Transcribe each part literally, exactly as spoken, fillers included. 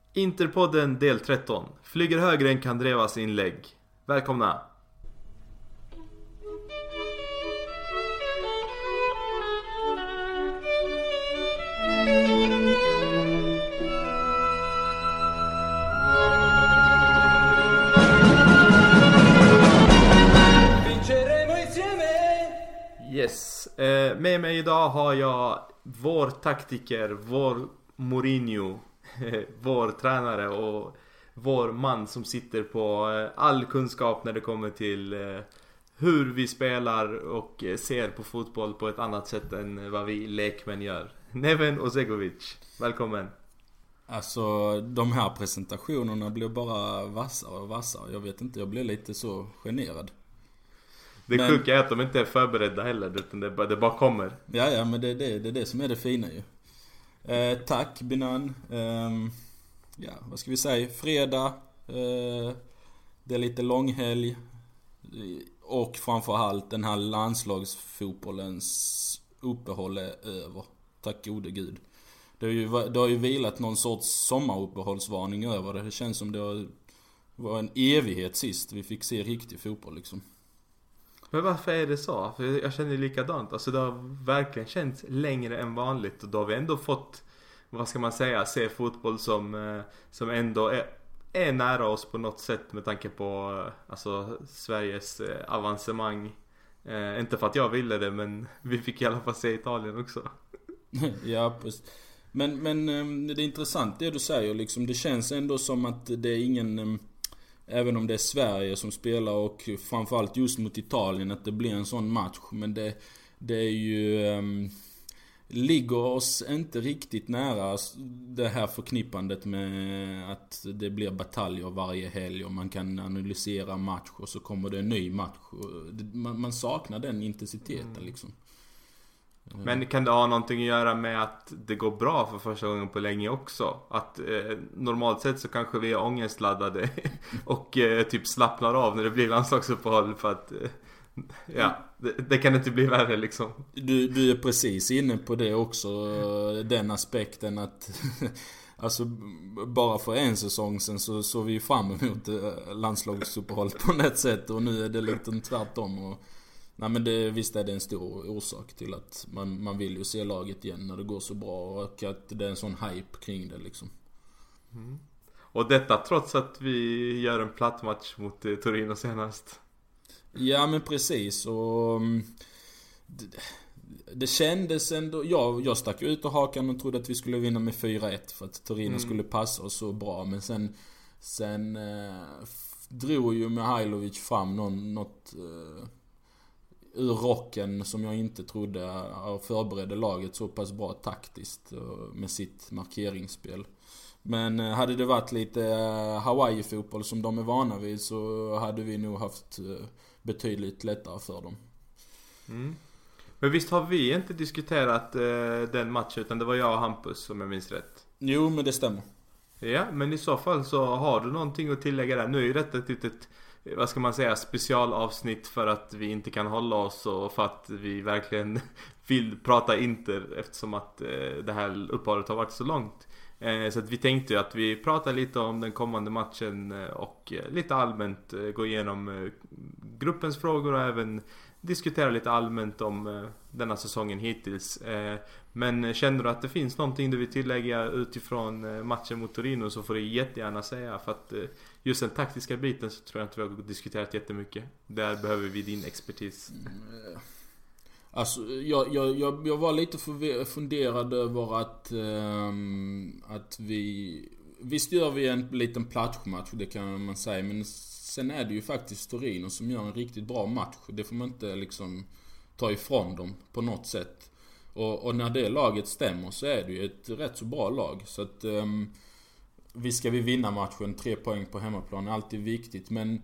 Interpodden del tretton. Flyger högre än Kandrevas inlägg. Välkomna. Yes, eh, med mig idag har jag vår taktiker, vår Mourinho, vår tränare och vår man som sitter på all kunskap när det kommer till hur vi spelar och ser på fotboll på ett annat sätt än vad vi lekmän gör. Neven Ozegovic, välkommen. Alltså de här presentationerna blir bara vassare och vassare. Jag vet inte, jag blir lite så generad. Det men... sjuka är att de inte är förberedda heller, utan det bara, det bara kommer. Ja, ja, men det är det, det, är det som är det fina ju. Eh, tack Binan. eh, Ja, vad ska vi säga? Fredag, eh, det är lite långhelg. Och framförallt den här landslagsfotbollens uppehåll är över. Tack gode gud. Det har ju, det har ju vilat någon sorts sommaruppehållsvarning över det. Det känns som det var en evighet sist vi fick se riktig fotboll liksom. Men varför är det så? För jag känner likadant. Alltså det har verkligen känts längre än vanligt. Och då har vi ändå fått, vad ska man säga, se fotboll som, som ändå är, är nära oss på något sätt. Med tanke på alltså, Sveriges avancemang. Eh, inte för att jag ville det, men vi fick i alla fall se Italien också. Ja, precis. Men, men det är intressant det du säger liksom. Det känns ändå som att det är ingen... Även om det är Sverige som spelar och framförallt just mot Italien, att det blir en sån match. Men det, det är ju um, ligger oss inte riktigt nära det här förknippandet med att det blir bataljer varje helg och man kan analysera match och så kommer det en ny match. Man, man saknar den intensiteten mm. liksom. Men kan det ha någonting att göra med att det går bra för första gången på länge också? Att eh, normalt sett så kanske vi är ångestladdade och eh, typ slappnar av när det blir landslagsuppehåll för att eh, ja, det, det kan inte bli värre liksom. Du, du är precis inne på det också, den aspekten att alltså bara för en säsong sen så såg vi fram emot landslagsuppehåll på något sätt och nu är det lite tvärtom och nej men det, visst är det en stor orsak till att man, man vill ju se laget igen när det går så bra och att det är en sån hype kring det liksom. Mm. Och detta trots att vi gör en platt match mot eh, Torino senast. Ja men precis och det, det kändes ändå, ja, jag stack ut och hakan och trodde att vi skulle vinna med fyra ett för att Torino mm. skulle passa oss så bra, men sen sen eh, drog ju Mihajlovic fram någon, något eh, ur rocken som jag inte trodde förberedde laget så pass bra taktiskt med sitt markeringsspel. Men hade det varit lite Hawaii-fotboll som de är vana vid så hade vi nog haft betydligt lättare för dem. Mm. Men visst har vi inte diskuterat den matchen, utan det var jag och Hampus som jag minns rätt. Jo, men det stämmer. Ja, men i så fall så har du någonting att tillägga där. Nu är det ett litet, vad ska man säga, specialavsnitt för att vi inte kan hålla oss och för att vi verkligen vill prata Inter eftersom att eh, det här uppehållet har varit så långt. Eh, så att vi tänkte ju att vi pratar lite om den kommande matchen eh, och eh, lite allmänt eh, gå igenom eh, gruppens frågor och även diskutera lite allmänt om eh, denna säsongen hittills. Eh, men känner du att det finns någonting du vill tillägga utifrån eh, matchen mot Torino så får du jättegärna säga, för att eh, just den taktiska biten så tror jag inte vi har diskuterat jättemycket. Där behöver vi din expertis. Mm. Alltså jag, jag, jag, jag var lite funderad över att um, att vi visst gör vi en liten platchmatch, det kan man säga, men sen är det ju faktiskt Torino som gör en riktigt bra match. Det får man inte liksom ta ifrån dem på något sätt. Och, och när det laget stämmer så är det ju ett rätt så bra lag. Så att um, vi ska vi vinna matchen, tre poäng på hemmaplan är alltid viktigt. Men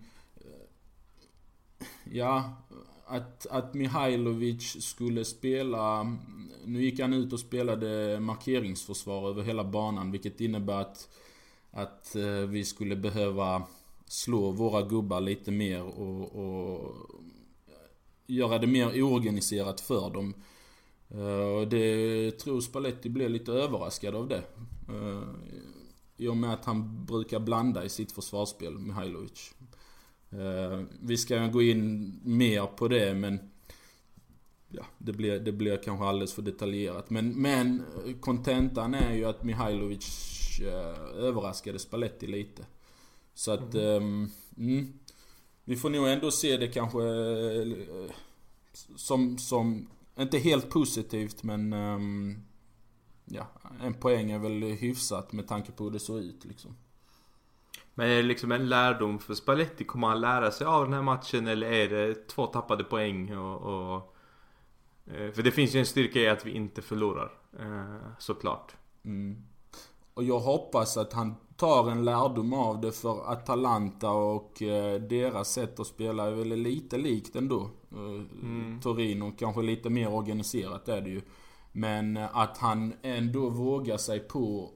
ja, att, att Mihajlovic skulle spela, nu gick han ut och spelade markeringsförsvar över hela banan, vilket innebär att, att vi skulle behöva slå våra gubbar lite mer och, och göra det mer oorganiserat för dem. Och det tror Spalletti blev lite överraskad av det. i och med att han brukar blanda i sitt försvarsspel, Mihailovic. Eh, vi ska gå in mer på det, men ja, det blir, det blir kanske alldeles för detaljerat. Men, men kontentan är ju att Mihailovic eh, överraskade Spalletti lite. Så att mm. Eh, mm, vi får nog ändå se det kanske eh, som, som inte helt positivt, men eh, ja, en poäng är väl hyfsat med tanke på hur det såg ut liksom. Men är det liksom en lärdom för Spalletti? Kommer han lära sig av den här matchen, eller är det två tappade poäng? Och, och, för det finns ju en styrka i att vi inte förlorar, såklart. Mm. Och jag hoppas att han tar en lärdom av det, för Atalanta och deras sätt att spela är väl lite likt ändå. Mm. Torino kanske lite mer organiserat är det ju. Men att han ändå vågar sig på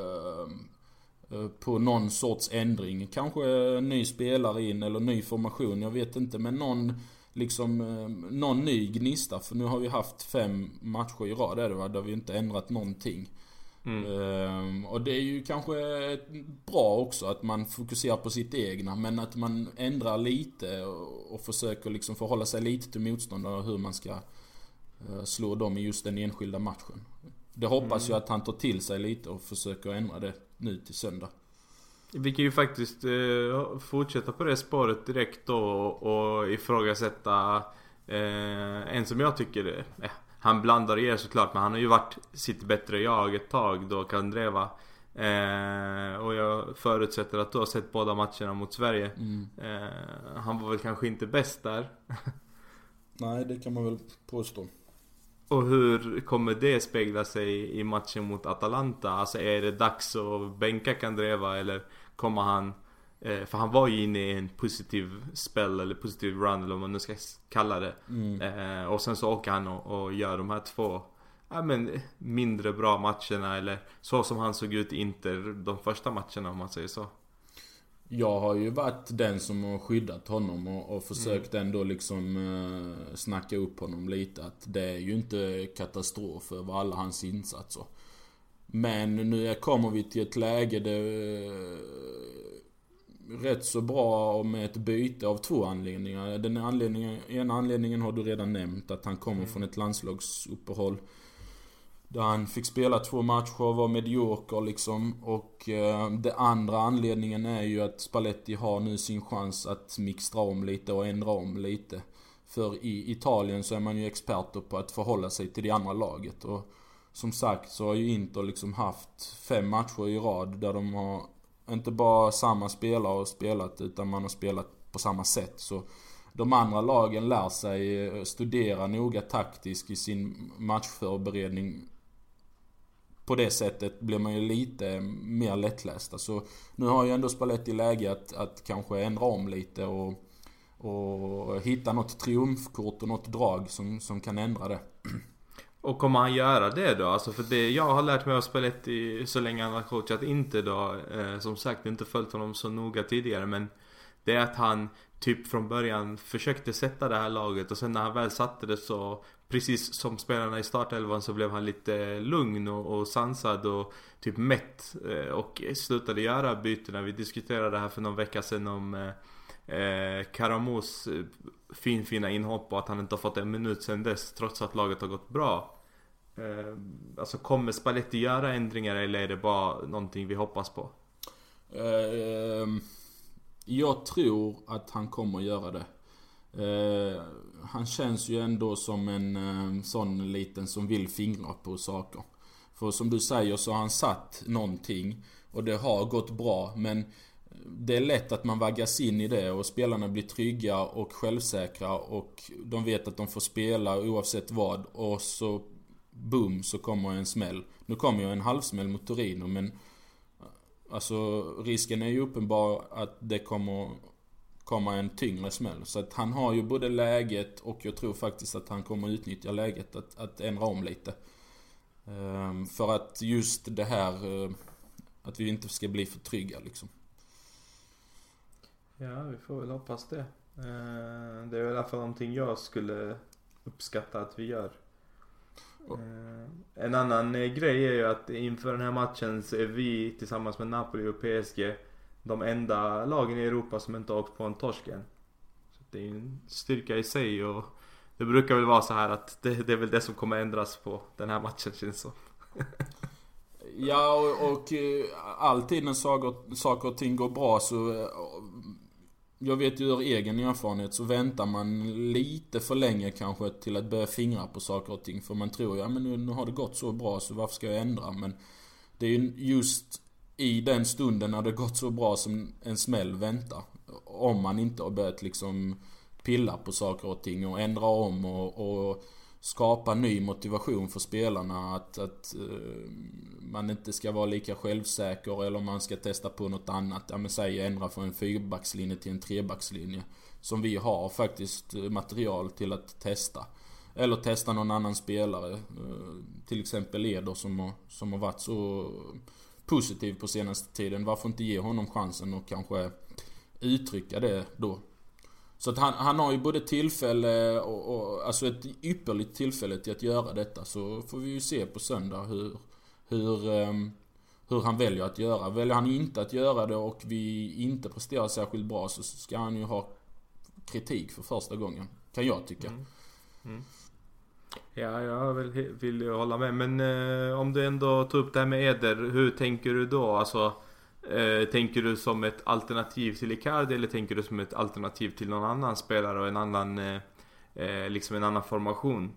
på någon sorts ändring. Kanske ny spelare in eller ny formation, jag vet inte. Men någon liksom någon ny gnista. För nu har vi haft fem matcher i rad där, va? Där vi inte ändrat någonting. Mm. Um, och det är ju kanske bra också att man fokuserar på sitt egna, men att man ändrar lite och, och försöker liksom förhålla sig lite till motståndare och hur man ska uh, slå dem i just den enskilda matchen. Det hoppas mm. jag att han tar till sig lite och försöker ändra det nu till söndag. Vi kan ju faktiskt uh, fortsätta på det spåret direkt då och, och ifrågasätta uh, en som jag tycker uh, han blandar och ger såklart, men han har ju varit sitt bättre jag ett tag då, Kandreva. Eh, och jag förutsätter att du har sett båda matcherna mot Sverige. Mm. Eh, han var väl kanske inte bäst där. Nej, det kan man väl påstå. Och hur kommer det spegla sig i matchen mot Atalanta? Alltså är det dags att bänka Kandreva, eller kommer han... Eh, för han var ju inne i en positiv spel eller positiv run, eller vad man nu ska kalla det. Mm. Eh, och sen så åker han och, och gör de här två ja, men, mindre bra matcherna, eller så som han såg ut i Inter de första matcherna, om man säger så. Jag har ju varit den som har skyddat honom och, och försökt mm. ändå liksom eh, snacka upp honom lite, att det är ju inte katastrof över alla hans insatser. Men nu kommer vi till ett läge där eh, rätt så bra med ett byte av två anledningar. Den anledningen, ena anledningen har du redan nämnt, att han kommer mm. från ett landslagsuppehåll där han fick spela två matcher och var medioker liksom. Och eh, det andra anledningen är ju att Spalletti har nu sin chans att mixtra om lite och ändra om lite. För i Italien så är man ju experter på att förhålla sig till det andra laget. Och som sagt så har ju Inter liksom haft fem matcher i rad där de har inte bara samma spelare har spelat, utan man har spelat på samma sätt. Så de andra lagen lär sig studera noga taktiskt i sin matchförberedning. På det sättet blir man ju lite mer lättlästa. Så nu har ju ändå Spalletti läge att, att kanske ändra om lite och, och hitta något triumfkort och något drag som, som kan ändra det. Och kommer han göra det då? Alltså för det jag har lärt mig av Spalletti så länge han har coachat inte då, eh, som sagt inte följt honom så noga tidigare, men det är att han typ från början försökte sätta det här laget, och sen när han väl satte det så, precis som spelarna i startelvan, så blev han lite lugn och, och sansad och typ mätt eh, och slutade göra bytena. Vi diskuterade det här för någon vecka sedan om eh, Karamos fin fina inhopp och att han inte har fått en minut sedan dess trots att laget har gått bra. Eh, alltså kommer Spalletti göra ändringar, eller är det bara någonting vi hoppas på? Uh, jag tror att han kommer göra det. Uh, han känns ju ändå som en uh, sån liten som vill fingra på saker. För som du säger så har han satt någonting och det har gått bra, men det är lätt att man vaggas in i det och spelarna blir trygga och självsäkra och de vet att de får spela oavsett vad, och så boom, så kommer en smäll. Nu kommer ju en halvsmäll mot Torino, men alltså risken är ju uppenbar att det kommer komma en tyngre smäll. Så att han har ju både läget, och jag tror faktiskt att han kommer utnyttja läget att, att ändra om lite. Um, för att just det här uh, att vi inte ska bli för trygga liksom. Ja, vi får väl hoppas det. Uh, det är väl i alla fall någonting jag skulle uppskatta att vi gör. Eh, en annan eh, grej är ju att inför den här matchen så är vi tillsammans med Napoli och P S G de enda lagen i Europa som inte har åkt på en torsken. Så det är en styrka i sig, och det brukar väl vara så här att det, det är väl det som kommer ändras på den här matchen, känns så. Ja, och, och alltid när saker, saker och ting går bra så... Jag vet ju ur egen erfarenhet så väntar man lite för länge kanske till att börja fingra på saker och ting. För man tror, ja men nu, nu har det gått så bra så varför ska jag ändra? Men det är ju just i den stunden när det gått så bra som en smäll väntar. Om man inte har börjat liksom pilla på saker och ting och ändra om och, och skapa ny motivation för spelarna. Att, att uh, man inte ska vara lika självsäker, eller om man ska testa på något annat. Ja men säg ändra från en fyrbackslinje till en trebackslinje. Som vi har faktiskt material till att testa. Eller testa någon annan spelare. Uh, till exempel Eder som har, som har varit så positiv på senaste tiden. Varför inte ge honom chansen och kanske uttrycka det då? Så att han, han har ju både tillfälle och, och alltså ett ypperligt tillfälle till att göra detta. Så får vi ju se på söndag hur, hur, um, hur han väljer att göra. Väljer han inte att göra det och vi inte presterar särskilt bra, så ska han ju ha kritik för första gången, kan jag tycka. Mm. Mm. Ja, jag vill, vill ju hålla med. Men eh, om du ändå tog upp det här med Eder, hur tänker du då? Alltså, eh, tänker du som ett alternativ till Icardi, eller tänker du som ett alternativ till någon annan spelare och en annan eh, eh, liksom en annan formation?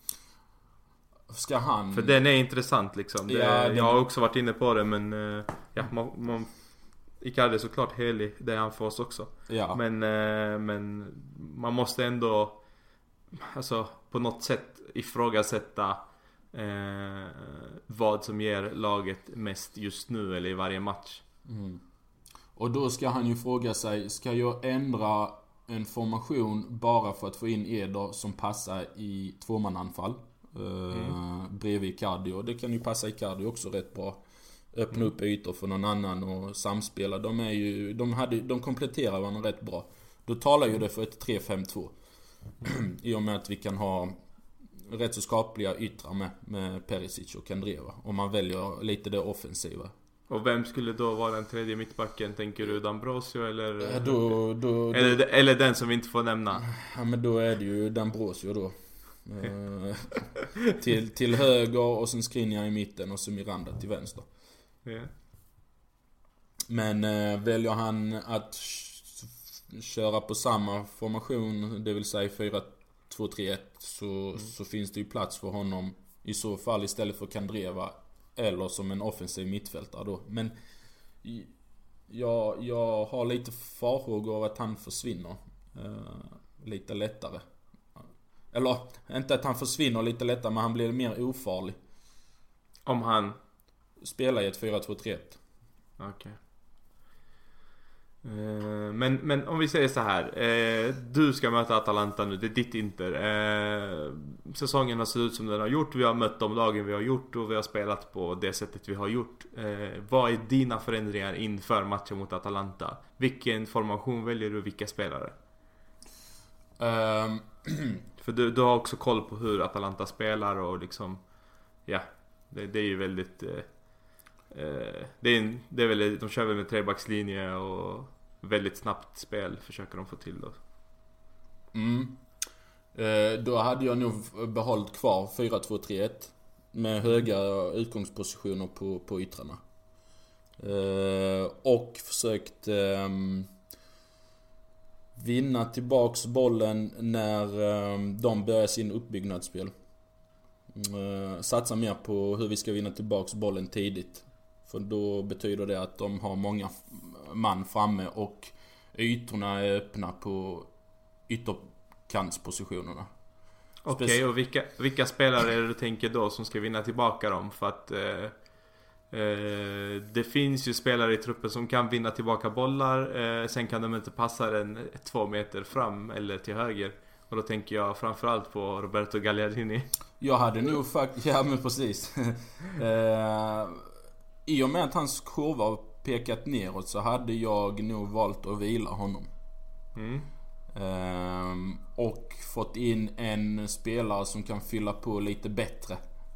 Ska han... För den är intressant liksom. Det, Ja, den... Jag har också varit inne på det, men eh, ja, man, man, Icardi är såklart helig, det är han för oss också. Ja. Men, eh, men man måste ändå, alltså på något sätt ifrågasätta eh, vad som ger laget mest just nu eller i varje match. Mm. Och då ska han ju fråga sig, ska jag ändra en formation bara för att få in Eder som passar i tvåmananfall eh, mm. bredvid Icardi? Och det kan ju passa Icardi också rätt bra. Öppna mm. upp ytor för någon annan och samspela. De är ju, de hade, de kompletterar varandra rätt bra. Då talar ju det för ett tre fem två. I och med att vi kan ha rätt så skapliga yttrar med, med Perisic och Kandreva. Om man väljer lite det offensiva. Och vem skulle då vara den tredje mittbacken? Tänker du D'Ambrosio eller? Ja, då, då, eller, då, eller den som vi inte får nämna? Ja, men då är det ju D'Ambrosio då. till, till höger och sen Skriniar i mitten och så Miranda till vänster. Yeah. Men äh, väljer han att köra på samma formation, det vill säga fyra två tre ett, så, mm. så finns det ju plats för honom i så fall istället för Kandreva eller som en offensiv mittfältare då. Men jag, jag har lite farhågor att han försvinner uh, lite lättare. Eller inte att han försvinner lite lättare, men han blir mer ofarlig. Om han spelar i ett fyra två tre ett. Okej. Okay. Men, men om vi säger så här, eh, du ska möta Atalanta nu, det är ditt Inter. eh, Säsongen har sett ut som den har gjort. Vi har mött de lagen vi har gjort och vi har spelat på det sättet vi har gjort. eh, Vad är dina förändringar inför matchen mot Atalanta? Vilken formation väljer du, vilka spelare? Um. För du, du har också koll på hur Atalanta spelar och liksom, ja, det, det är ju väldigt eh, Det är, en, det är väl, de kör väl med trebackslinje och väldigt snabbt spel försöker de få till då. Mm. Eh, då hade jag nog behållit kvar fyra två tre ett med höga utgångspositioner på, på yttrarna. Eh, och försökt eh, vinna tillbaks bollen när eh, de börjar sin uppbyggnadsspel. Eh, satsa mer på hur vi ska vinna tillbaks bollen tidigt. För då betyder det att de har många man framme och ytorna är öppna på ytterkantspositionerna. Okej, okay, och vilka, vilka spelare är det du tänker då som ska vinna tillbaka dem? För att eh, eh, det finns ju spelare i truppen som kan vinna tillbaka bollar. Eh, sen kan de inte passa den två meter fram eller till höger. Och då tänker jag framförallt på Roberto Gagliardini. Jag hade nog faktiskt, ja men precis. eh, I och med att hans kurva har pekat neråt så hade jag nog valt att vila honom. Mm. Ehm, och fått in en spelare som kan fylla på lite bättre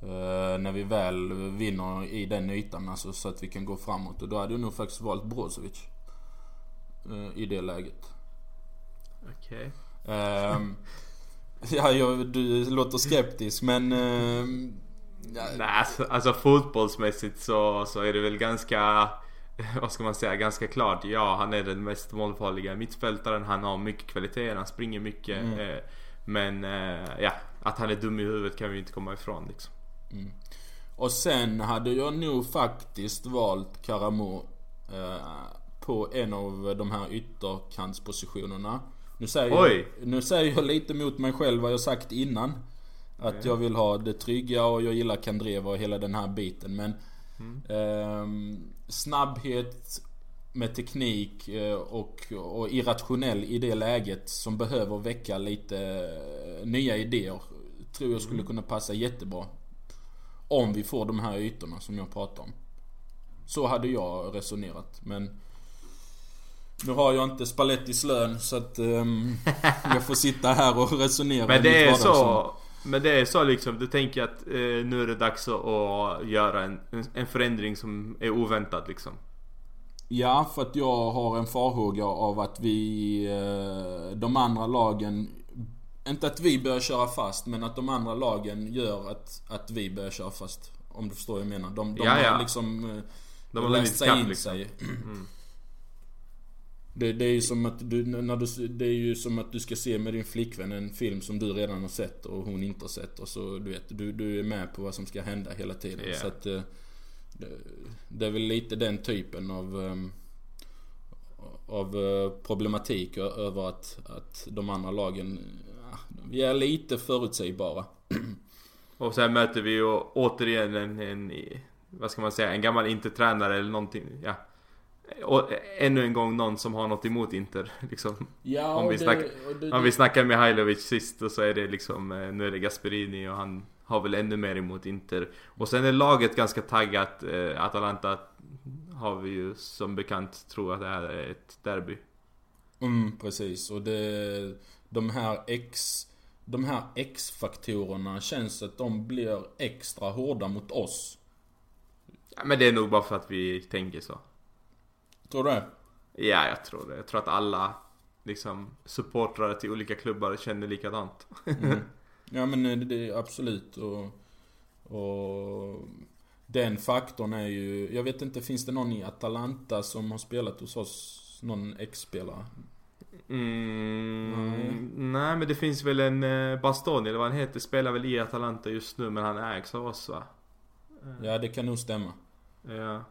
Uh, när vi väl vinner i den ytan, alltså, så att vi kan gå framåt. Och då hade jag nog faktiskt valt Brozovic uh, i det läget. Okej. Okay. Uh, ja, jag, du låter skeptisk, men uh, ja. Nej, alltså, alltså fotbollsmässigt så, så är det väl ganska, vad ska man säga, ganska klart. Ja, han är den mest målfarliga mittfältaren. Han har mycket kvaliteter, han springer mycket. Mm. eh, Men eh, ja, att han är dum i huvudet kan vi inte komma ifrån liksom. Mm. Och sen hade jag nog faktiskt valt Karamoh eh, på en av de här ytterkantspositionerna. Nu säger, jag, nu säger jag lite mot mig själv vad jag sagt innan. Att mm. jag vill ha det trygga och jag gillar Kandreva och hela den här biten. Men mm. eh, snabbhet med teknik eh, och, och irrationell i det läget som behöver väcka lite eh, nya idéer, tror jag skulle mm. kunna passa jättebra. Om vi får de här ytorna som jag pratar om. Så hade jag resonerat. Men nu har jag inte Spallettis lön, så att um, jag får sitta här och resonera. Men det är så. Men det är så liksom. Du tänker att eh, nu är det dags att göra en, en förändring som är oväntad liksom. Ja, för att jag har en farhåga av att vi eh, de andra lagen, inte att vi börjar köra fast, men att de andra lagen gör att, att vi börjar köra fast. Om du förstår vad jag menar. De, de ja, ja. har liksom eh, de har läst sig in liksom. sig. Mm. Det, det är ju som att du, när du, det är ju som att du ska se med din flickvän en film som du redan har sett och hon inte har sett, och så du vet, du, du är med på vad som ska hända hela tiden. Yeah. Så att det, det är väl lite den typen av av problematik över att, att de andra lagen, vi är lite förutsägbara. Och sen möter vi ju återigen en, en vad ska man säga, en gammal Inter-tränare eller någonting, ja. Och ännu en gång någon som har något emot Inter liksom. Ja, om vi det, snackar, det, om vi snackar med Mihailovic sist, och så är det liksom, nu är det Gasperini och han har väl ännu mer emot Inter. Och sen är laget ganska taggat. eh, Atalanta har vi ju som bekant, tror att det här är ett derby. Mm, precis. Och det, de här X de här X-faktorerna känns att de blir extra hårda mot oss. Ja, men det är nog bara för att vi tänker så. Tror du det? Ja, jag tror det. Jag tror att alla liksom supportrare till olika klubbar känner likadant. Mm. Ja, men det är absolut. Och, och den faktorn är ju, jag vet inte, finns det någon i Atalanta som har spelat hos oss, någon ex-spelare? Mm, mm. Nej, men det finns väl en eh, Bastoni, eller vad han heter, spelar väl i Atalanta just nu, men han ägs av oss, va? Ja, det kan nog stämma. Ja.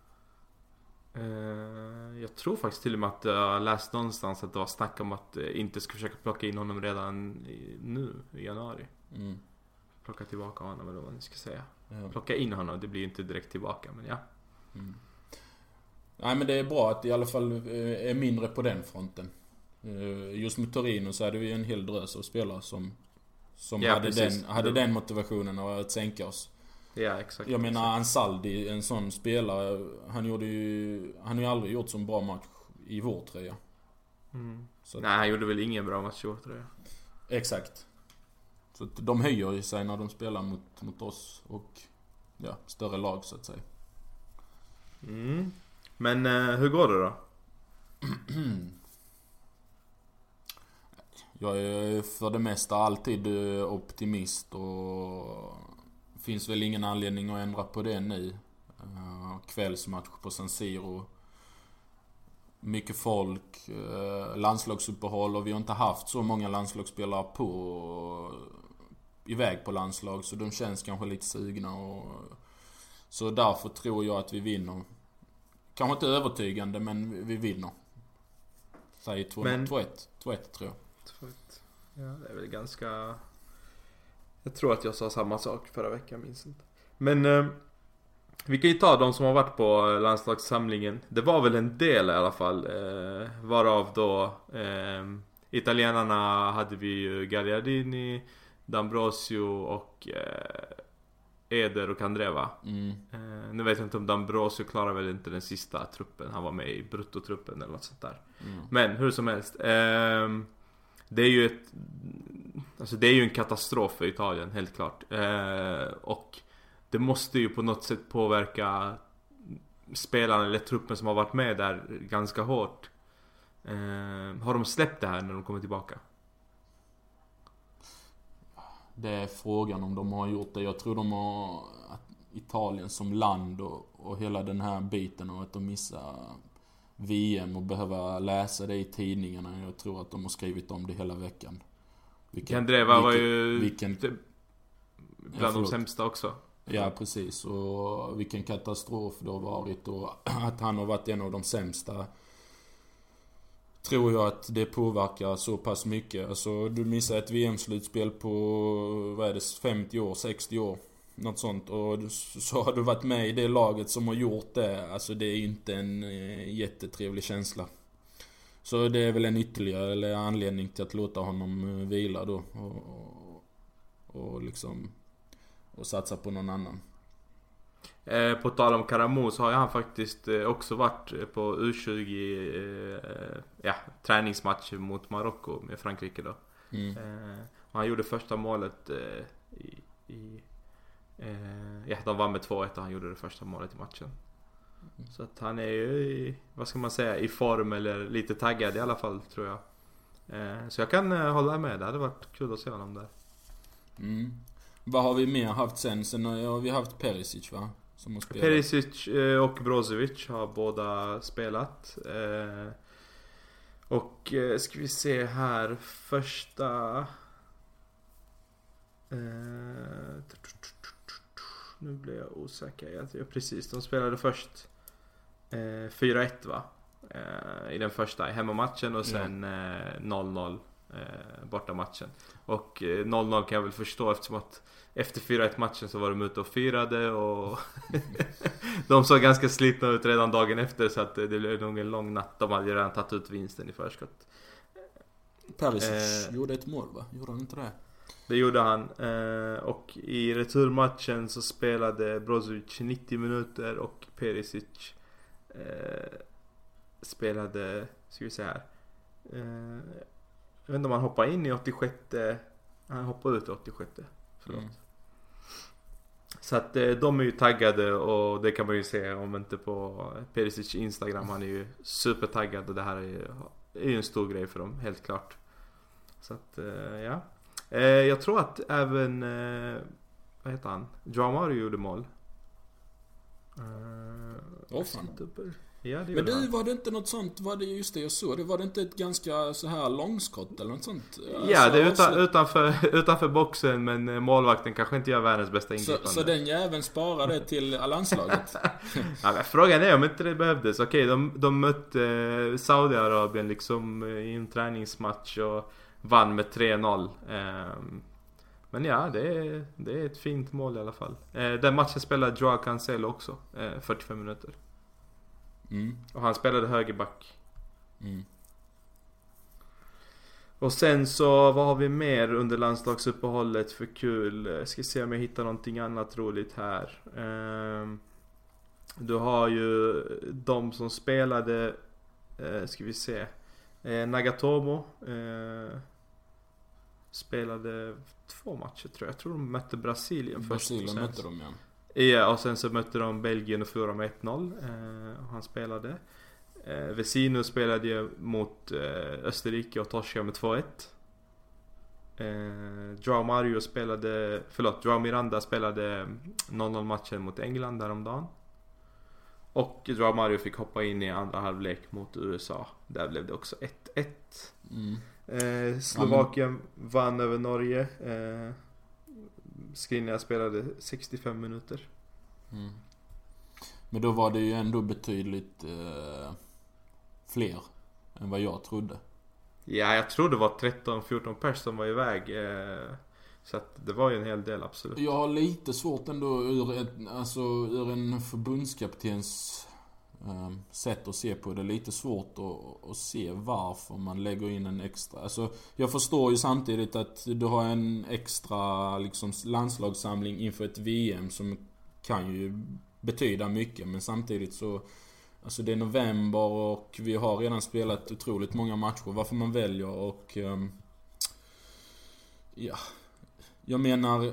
Uh, jag tror faktiskt till och med att jag läst någonstans att det var snack om att uh, inte ska försöka plocka in honom redan i, nu i januari. Mm. Plocka tillbaka honom, eller vad ni ska säga. Ja. Plocka in honom, det blir ju inte direkt tillbaka, men ja. Mm. Nej, men det är bra att det i alla fall uh, är mindre på den fronten. Uh, just med Torino så hade vi en hel drös av spelare som, som ja, hade, den, hade den motivationen av att sänka oss. Ja, exakt. Jag menar, exakt. Ansaldi, en sån spelare, han gjorde ju, han har ju aldrig gjort så bra match i vår tröja. Mm. Så att, nej, han gjorde väl ingen bra match i vår tröja. Exakt. Så att de höjer ju sig när de spelar mot, mot oss och ja, större lag så att säga. Mm. Men eh, hur går det då? Jag är för det mesta alltid optimist och finns väl ingen anledning att ändra på det nu. Uh, kvällsmatch på San Siro. Mycket folk, uh, landslagsuppehåll, och vi har inte haft så många landslagsspelare på iväg på landslag, så de känns kanske lite sugna, och så därför tror jag att vi vinner. Kanske inte övertygande, men vi vinner. Säg två ett två ett tror jag. två ett Ja, det är väl ganska... Jag tror att jag sa samma sak förra veckan, minns inte. Men eh, vi kan ju ta de som har varit på landslagssamlingen. Det var väl en del i alla fall. Eh, varav då eh, italienarna hade vi ju Gagliardini, D'Ambrosio och eh, Eder och Candreva. Mm. Eh, nu vet jag inte om D'Ambrosio klarar väl inte den sista truppen. Han var med i bruttotruppen eller något sånt där. Mm. Men hur som helst. Eh, det är ju ett... Alltså det är ju en katastrof för Italien, helt klart. Eh, och det måste ju på något sätt påverka spelarna eller truppen som har varit med där ganska hårt. Eh, har de släppt det här när de kommer tillbaka? Det är frågan om de har gjort det. Jag tror de har att Italien som land och, och hela den här biten och att de missar V M och behöver läsa det i tidningarna. Jag tror att de har skrivit om det hela veckan. Vilken, Kandreva var vilken, ju vilken, bland de sämsta också. Ja, precis. Och vilken katastrof det har varit och att han har varit en av de sämsta. Tror jag att det påverkar så pass mycket. Alltså, du missar ett V M-slutspel på, vad är det, femtio år, sextio år. Något sånt. Och så har du varit med i det laget som har gjort det. Alltså, det är ju inte en eh, jättetrevlig känsla. Så det är väl en ytterligare eller anledning till att låta honom eh, vila då. Och, och, och liksom... och satsa på någon annan. Eh, på tal om Karamu så har han faktiskt eh, också varit på U tjugo eh, ja, träningsmatcher mot Marocko med Frankrike då. Mm. Eh, och han gjorde första målet eh, i, i eh, ja, de vann med två ett och han gjorde det första målet i matchen. Mm. Så att han är ju i, vad ska man säga, i form eller lite taggad i alla fall tror jag. Eh, så jag kan eh, hålla med, det hade varit kul att se honom där. Mm. Vad har vi mer haft sen? Sen har vi haft Perisic, va? Som har spelat. Perisic och Brozovic har båda spelat. Och ska vi se här. Första... Nu blir jag osäker. Ja, precis, de spelade först fyra ett, va? I den första i hemmamatchen och sen noll noll borta matchen. Och noll noll kan jag väl förstå eftersom att efter fyra ett matchen så var de ute och firade och de såg ganska slitna ut redan dagen efter så att det blev nog en lång natt. De hade ju redan tagit ut vinsten i förskott. Perisic eh, gjorde ett mål, va? Gjorde han inte det? Det gjorde han. Och i returmatchen så spelade Brozovic nittio minuter och Perisic eh, spelade, ska vi säga här, eh, jag vet inte om han hoppade in i åttiosjätte. Han hoppade ut i åttiosjätte. Förlåt. Mm. Så att de är ju taggade och det kan man ju se om inte på Perisic Instagram. Han är ju supertaggad och det här är ju, är ju en stor grej för dem, helt klart. Så att, ja. Jag tror att även, vad heter han? Joao Mario gjorde mål. Åh fan. Ja, det men du, han. Var det inte något sånt, var det just det jag såg, det var det inte ett ganska så här långskott eller något sånt? Ja, alltså, det är utan, utanför, utanför boxen, men målvakten kanske inte gör världens bästa ingripande. Så, så den jäveln sparade till landslaget? Ja, frågan är om inte det behövdes. Okej, de, de mötte Saudiarabien liksom i en träningsmatch och vann med tre noll. Men ja, det är, det är ett fint mål i alla fall. Den matchen spelade Joao Cancelo också, fyrtiofem minuter. Mm. Och han spelade högerback. Mm. Och sen så, vad har vi mer under landslagsuppehållet för kul? Jag ska se om jag hittar någonting annat roligt här. Um, du har ju de som spelade, uh, ska vi se, uh, Nagatomo uh, spelade två matcher tror jag. Jag tror de mötte Brasilien först. Brasilien mötte de, ja. Ja, och sen så mötte de Belgien och förlorade med ett noll. Eh, han spelade. Eh, Vesino spelade ju mot eh, Österrike och torskade med två ett. Eh, Joao Mario spelade, förlåt, Joao Miranda spelade noll noll matchen mot England däromdagen. Och Joao Mario fick hoppa in i andra halvlek mot U S A. Där blev det också ett ett. Mm. Eh, Slovakien mm. vann över Norge. Eh, Skriniar spelade sextiofem minuter. Mm. Men då var det ju ändå betydligt eh, fler än vad jag trodde. Ja, jag tror det var tretton fjorton pers som var iväg. Eh, så att det var ju en hel del, absolut. Jag har lite svårt ändå ur, ett, alltså, ur en förbundskaptens eh, sätt att se på det. Lite svårt att, att se varför man lägger in en extra. Alltså, jag förstår ju samtidigt att du har en extra liksom, landslagssamling inför ett V M som kan ju betyda mycket. Men samtidigt så, alltså det är november och vi har redan spelat otroligt många matcher. Varför man väljer och um, ja, jag menar,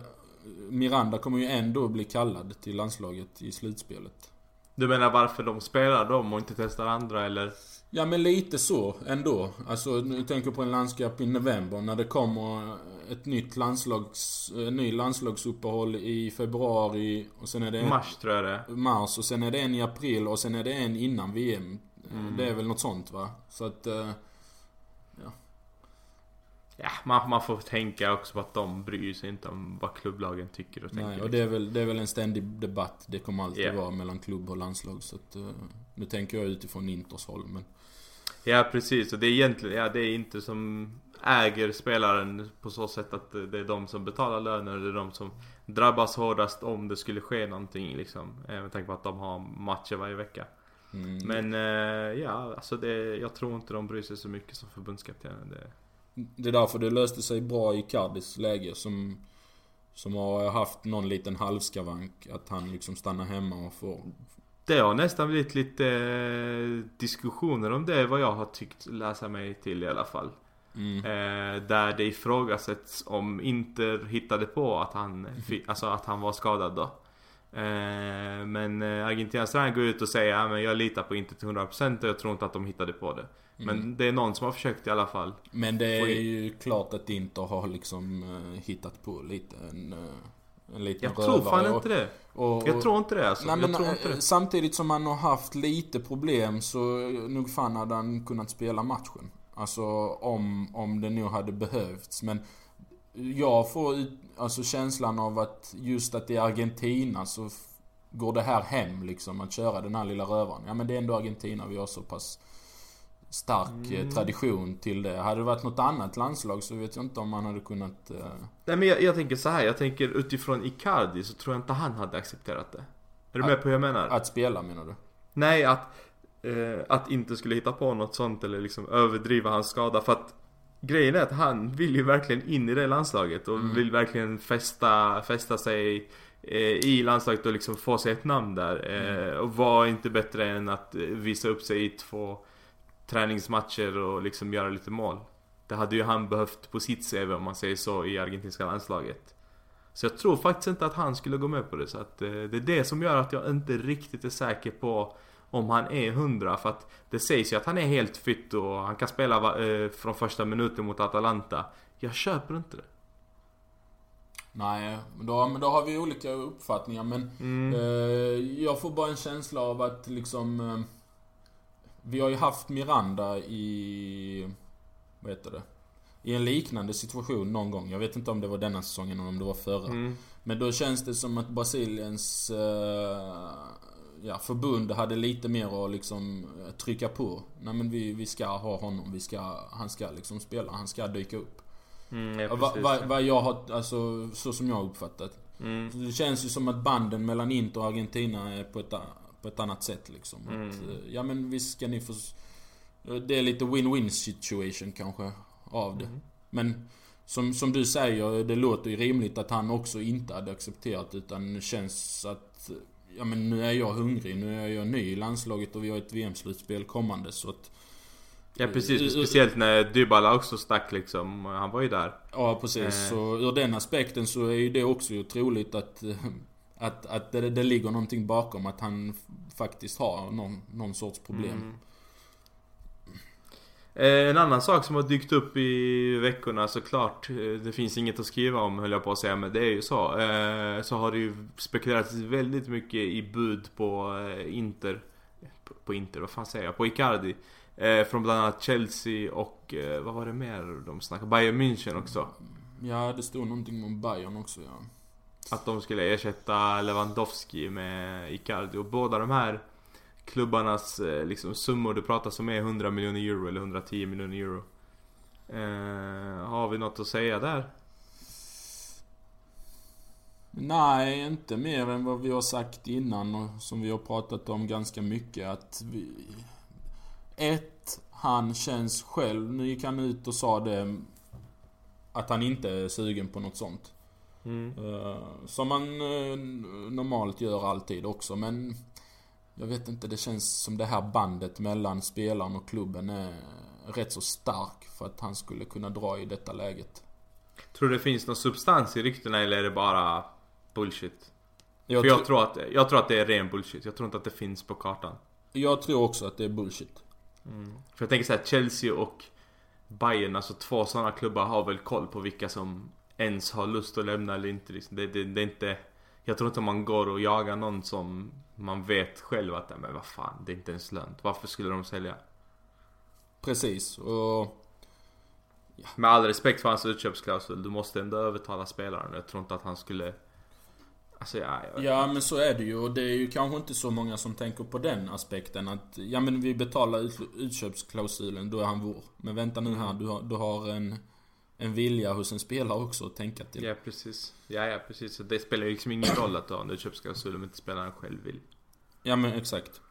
Miranda kommer ju ändå bli kallad till landslaget i slutspelet. Du menar varför de spelar dem och inte testar andra, eller? Ja, men lite så ändå. Alltså, nu tänker jag på en landskap i november när det kommer ett nytt landslags, en ny landslagsuppehåll i februari och sen är det mars tror jag det. Mars och sen är det en i april och sen är det en innan V M. Mm. Det är väl något sånt, va? Så att ja. Ja, man, man får tänka också på att de bryr sig inte om vad klubblagen tycker och tänker. Nej, och det är väl det är väl en ständig debatt. Det kommer alltid yeah. vara mellan klubb och landslag, så att nu tänker jag utifrån Inters håll, men ja, precis. Och det är egentligen ja, det är inte som äger spelaren på så sätt att det är de som betalar löner, det är de som drabbas hårdast om det skulle ske någonting liksom. Med tanke på att de har matcher varje vecka. Mm. Men ja, alltså det, jag tror inte de bryr sig så mycket som förbundskaptenen. Det... det är därför det löste sig bra i Cardis läge, som som har haft någon liten halvskavank, att han liksom stannar hemma och får. Det har nästan blivit lite eh, diskussioner om det, vad jag har tyckt läsa mig till i alla fall. Mm. Eh, där det ifrågasätts om Inter hittade på att han, alltså att han var skadad då. Eh, men eh, Argentinas tränare går ut och säger ja, men jag litar på Inter till hundra procent och jag tror inte att de hittade på det. Mm. Men det är någon som har försökt i alla fall. Men det är ju klart att Inter har liksom uh, hittat på lite en, uh, en liten jag tror fan och, inte det. Och, och, jag tror inte det alltså. Nej, jag men, tror inte det. Samtidigt som han har haft lite problem, så nog fan hade han kunnat spela matchen. Alltså om, om det nu hade behövts. Men jag får alltså känslan av att just att i Argentina så f- går det här hem liksom, att köra den här lilla rövaren. Ja, men det är ändå Argentina, vi har så pass stark mm. tradition till det. Hade det varit något annat landslag så vet jag inte om man hade kunnat uh... Nej, men jag, jag tänker så här, jag tänker utifrån Icardi så tror jag inte han hade accepterat det. Är du att, med på hur jag menar? Att spela, menar du? Nej, att eh, att inte skulle hitta på något sånt eller liksom överdriva hans skada, för att grejen är att han vill ju verkligen in i det landslaget och mm. vill verkligen fästa, fästa sig eh, i landslaget och liksom få sig ett namn där. Eh, mm. Och var inte bättre än att visa upp sig i två träningsmatcher och liksom göra lite mål. Det hade ju han behövt på sitt C V, om man säger så, i argentinska landslaget. Så jag tror faktiskt inte att han skulle gå med på det. Så att eh, det är det som gör att jag inte riktigt är säker på om han är hundra. För att det sägs ju att han är helt fit och han kan spela eh, från första minuten mot Atalanta. Jag köper inte det. Nej, då, men då har vi olika uppfattningar. Men mm. eh, jag får bara en känsla av att liksom eh, vi har ju haft Miranda i, vad heter det, i en liknande situation någon gång. Jag vet inte om det var denna säsongen eller om det var förra. Mm. Men då känns det som att Brasiliens eh, ja, förbund hade lite mer att liksom trycka på. Nej, men vi, vi ska ha honom, vi ska, han ska liksom spela, han ska dyka upp. Mm, ja, vad va, va jag har, alltså, så som jag har uppfattat. Mm. Det känns ju som att banden mellan Inter och Argentina är på ett, på ett annat sätt liksom. Mm. Att, ja, men visst ska ni få. Det är lite win-win situation kanske av det. Mm. Men som, som du säger, det låter ju rimligt att han också inte hade accepterat, utan det känns att ja, men nu är jag hungrig, nu är jag ny i landslaget och vi har ett V M-slutspel kommande, så att ja, precis, speciellt när Dybala också stack liksom, han var ju där. Ja, precis, eh. så ur den aspekten så är ju det också troligt att att, att det, det ligger någonting bakom, att han faktiskt har någon, någon sorts problem. Mm. En annan sak som har dykt upp i veckorna, såklart, det finns inget att skriva om, höll jag på att säga, men det är ju så. Så har det ju spekulerats väldigt mycket i bud på Inter, på Inter, vad fan säger jag, på Icardi. Från bland annat Chelsea och, vad var det mer de snackade? Bayern München också. Ja, det stod någonting om Bayern också, ja. Att de skulle ersätta Lewandowski med Icardi, och båda de här klubbarnas liksom summor det pratas om är hundra miljoner euro eller hundratio miljoner euro. Eh, har vi något att säga där? Nej, inte mer än vad vi har sagt innan och som vi har pratat om ganska mycket, att vi ett, han känns själv, nu gick han ut och sa det, att han inte är sugen på något sånt. Mm. Uh, som man uh, normalt gör alltid också, men jag vet inte, det känns som det här bandet mellan spelaren och klubben är rätt så stark för att han skulle kunna dra i detta läget. Tror du det finns någon substans i ryktena, eller är det bara bullshit. Jag, För jag, tr- tror att, jag tror att det är ren bullshit. Jag tror inte att det finns på kartan. jag tror också att det är bullshit. Mm. För jag tänker så här, Chelsea och Bayern, alltså två sådana klubbar har väl koll på vilka som ens har lust att lämna eller inte. Liksom. Det, det, det är inte... Jag tror inte man går och jagar någon som man vet själv att men vad fan, det är inte ens lönt. Varför skulle de sälja? Precis, och... Ja. Med all respekt för hans utköpsklausul, du måste ändå övertala spelaren. Jag tror inte att han skulle... Alltså, ja, jag... ja, men så är det ju. Och det är ju kanske inte så många som tänker på den aspekten. Att, ja men vi betalar ut, utköpsklausulen, då är han vår. Men vänta nu här, du har, du har en, en vilja hos en spelare också att tänka till. Ja, precis. Ja, ja, precis. Det spelar ju liksom ingen roll att du har en utköpsklausul om inte spelaren själv vill. Ja, men exakt.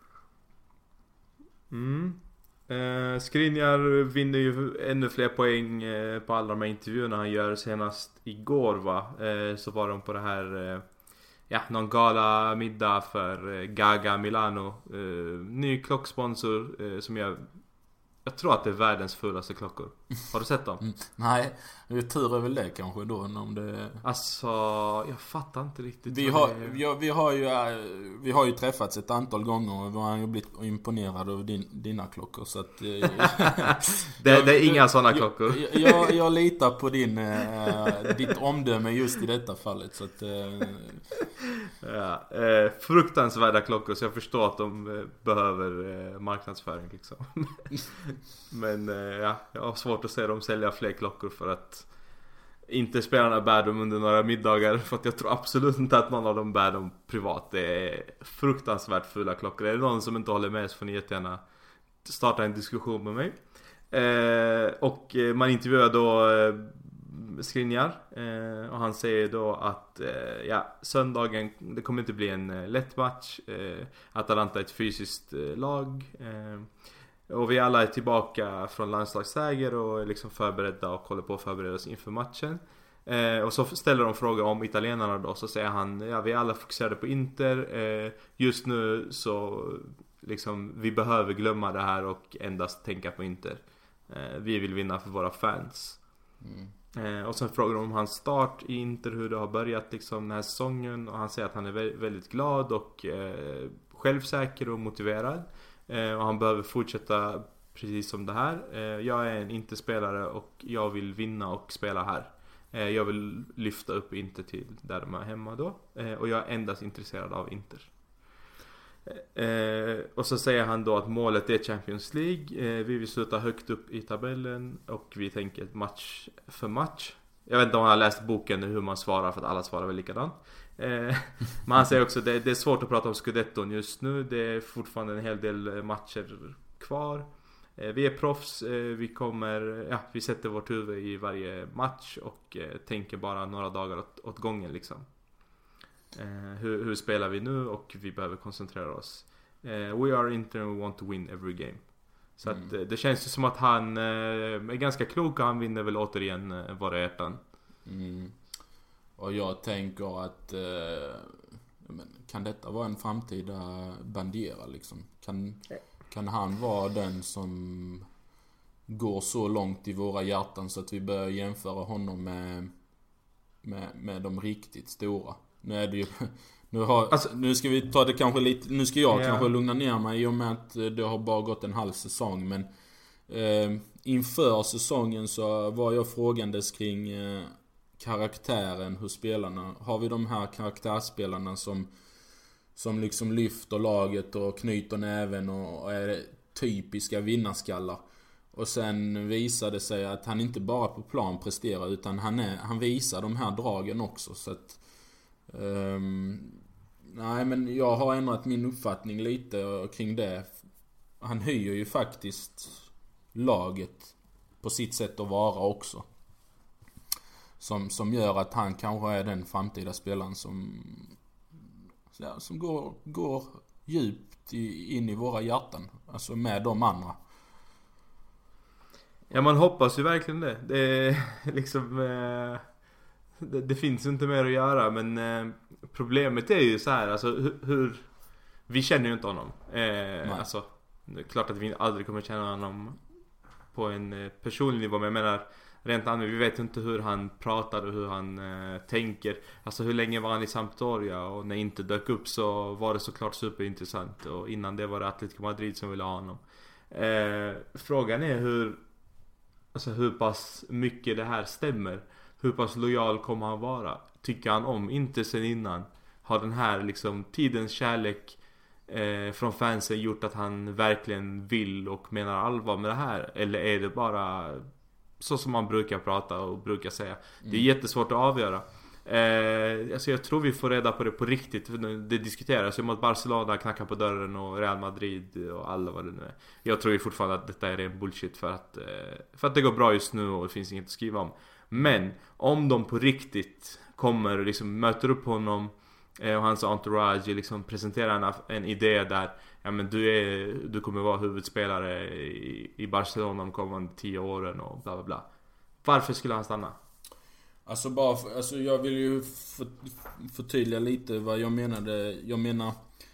Mm. Eh, Skriniar vinner ju ännu fler poäng eh, på alla de här intervjuerna han gör. Senast igår, va? Eh, så var de på det här... Eh, ja, någon gala middag för eh, Gaga Milano. Eh, ny klocksponsor eh, som jag... Jag tror att det är världens fulaste klockor. Har du sett dem? Mm, nej, det är tur är väl det kanske då om det... Alltså, jag fattar inte riktigt. Vi har, vi, har, vi, har ju, vi har ju träffats ett antal gånger och vi har ju blivit imponerad av din, dina klockor så att... det, det är inga jag, sådana klockor. Jag, jag, jag litar på din, äh, ditt omdöme just i detta fallet så att... Äh... Ja, eh, fruktansvärda klockor så jag förstår att de eh, behöver eh, marknadsföring liksom. Men eh, ja, jag har svårt att se dem sälja fler klockor för att inte spelarna bär dem under några middagar. För att jag tror absolut inte att någon av dem bär dem privat. Det är fruktansvärt fula klockor. Är det någon som inte håller med så får ni jättegärna starta en diskussion med mig. Eh, och man intervjuar då eh, Skriniar eh, och han säger då att eh, ja, söndagen, det kommer inte bli en eh, lätt match. eh, Atalanta är ett fysiskt eh, lag eh, och vi alla är tillbaka från landslagsläger och är liksom förberedda och håller på att förbereda oss inför matchen. eh, Och så ställer de frågor om italienarna då, så säger han ja, vi är alla fokuserade på Inter. eh, Just nu så liksom, vi behöver glömma det här och endast tänka på Inter. eh, Vi vill vinna för våra fans. Mm. Eh, och sen frågar de om hans start i Inter, hur det har börjat liksom den här säsongen. Och han säger att han är vä- väldigt glad och eh, självsäker och motiverad. eh, Och han behöver fortsätta precis som det här. eh, Jag är en Inter-spelare och jag vill vinna och spela här. eh, Jag vill lyfta upp Inter till där de är hemma då. eh, Och jag är endast intresserad av Inter. Eh, och så säger han då att målet är Champions League. eh, Vi vill sluta högt upp i tabellen och vi tänker match för match. Jag vet inte om han har läst boken hur man svarar, för att alla svarar väl likadant. eh, Men han säger också att det, det är svårt att prata om Scudetton just nu. Det är fortfarande en hel del matcher kvar. eh, Vi är proffs. eh, Vi kommer, ja, vi sätter vårt huvud i varje match och eh, tänker bara några dagar åt, åt gången liksom. Uh, hur, hur spelar vi nu och vi behöver koncentrera oss. uh, We are Inter and we want to win every game. Så mm. att, uh, det känns ju som att han uh, är ganska klok och han vinner väl återigen uh, våra hjärtan. mm. Och jag tänker att uh, men, kan detta vara en framtida Bandiera liksom? Kan, kan han vara den som går så långt i våra hjärtan så att vi börjar jämföra honom med, med, med de riktigt stora? Nu är det ju, nu, har, alltså, nu ska vi ta det kanske lite, nu ska jag yeah. kanske lugna ner mig i och med att det har bara gått en halv säsong, men eh, inför säsongen så var jag frågandes kring eh, karaktären hos spelarna. Har vi de här karaktärsspelarna som som liksom lyfter laget och knyter näven och är typiska vinnarskallar? Och sen visade sig att han inte bara på plan presterar, utan han, är, han visar de här dragen också. Så att um, nej, men jag har ändrat min uppfattning lite kring det. Han höjer ju faktiskt laget på sitt sätt att vara också. Som, som gör att han kanske är den framtida spelaren som, ja, som går, går djupt i, in i våra hjärtan. Alltså med de andra. Ja, man hoppas ju verkligen det. Det är liksom eh, det, det finns inte mer att göra. Men eh, problemet är ju så här, alltså hur, hur vi känner ju inte honom. eh, Alltså det är klart att vi aldrig kommer känna honom på en eh, personlig nivå. Men jag menar, rent allmänt, vi vet inte hur han pratar och hur han eh, tänker. Alltså hur länge var han i Sampdoria, och när inte dök upp så var det såklart superintressant. Och innan det var det Atletico Madrid som ville ha honom. eh, Frågan är hur, alltså hur pass mycket det här stämmer. Hur pass lojal kommer han vara? Tycker han om inte sen innan? Har den här liksom tidens kärlek eh, från fansen gjort att han verkligen vill och menar allvar med det här? Eller är det bara så som man brukar prata och brukar säga? Mm. Det är jättesvårt att avgöra. eh, alltså jag tror vi får reda på det på riktigt. Det diskuteras om att Barcelona knackar på dörren och Real Madrid och alla vad det nu är. Jag tror ju fortfarande att detta är ren bullshit, för att, eh, för att det går bra just nu och det finns inget att skriva om. Men om de på riktigt kommer och liksom möter upp honom och hans entourage, liksom presenterar en, en idé där, ja men du är, du kommer vara huvudspelare i, i Barcelona de kommande tio åren och bla bla bla. Varför skulle han stanna? Alltså bara för, alltså jag vill ju för, förtydliga lite vad jag menade. Jag menar,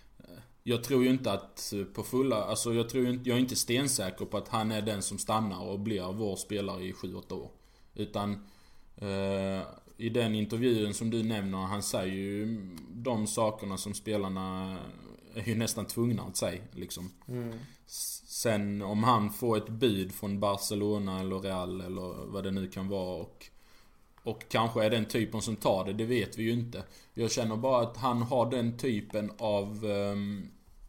jag tror ju inte att på fulla, alltså jag tror inte, jag är inte stensäker på att han är den som stannar och blir vår spelare i sju åtta år. Utan eh, i den intervjun som du nämner, han säger ju de sakerna som spelarna är ju nästan tvungna att säga liksom. Mm. Sen om han får ett bud från Barcelona eller Real eller vad det nu kan vara, och, och kanske är den typen som tar det, det vet vi ju inte. Jag känner bara att han har den typen av um,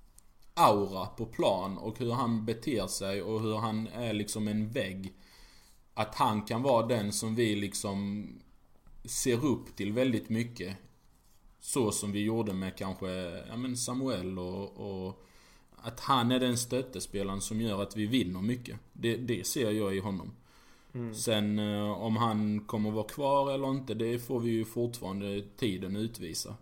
aura på plan, och hur han beter sig och hur han är liksom en vägg, att han kan vara den som vi liksom ser upp till väldigt mycket. Så som vi gjorde med kanske ja men Samuel, och, och att han är den stöttespelaren som gör att vi vinner mycket. Det, det ser jag i honom. Mm. Sen om han kommer vara kvar eller inte, det får vi ju fortfarande tiden utvisa.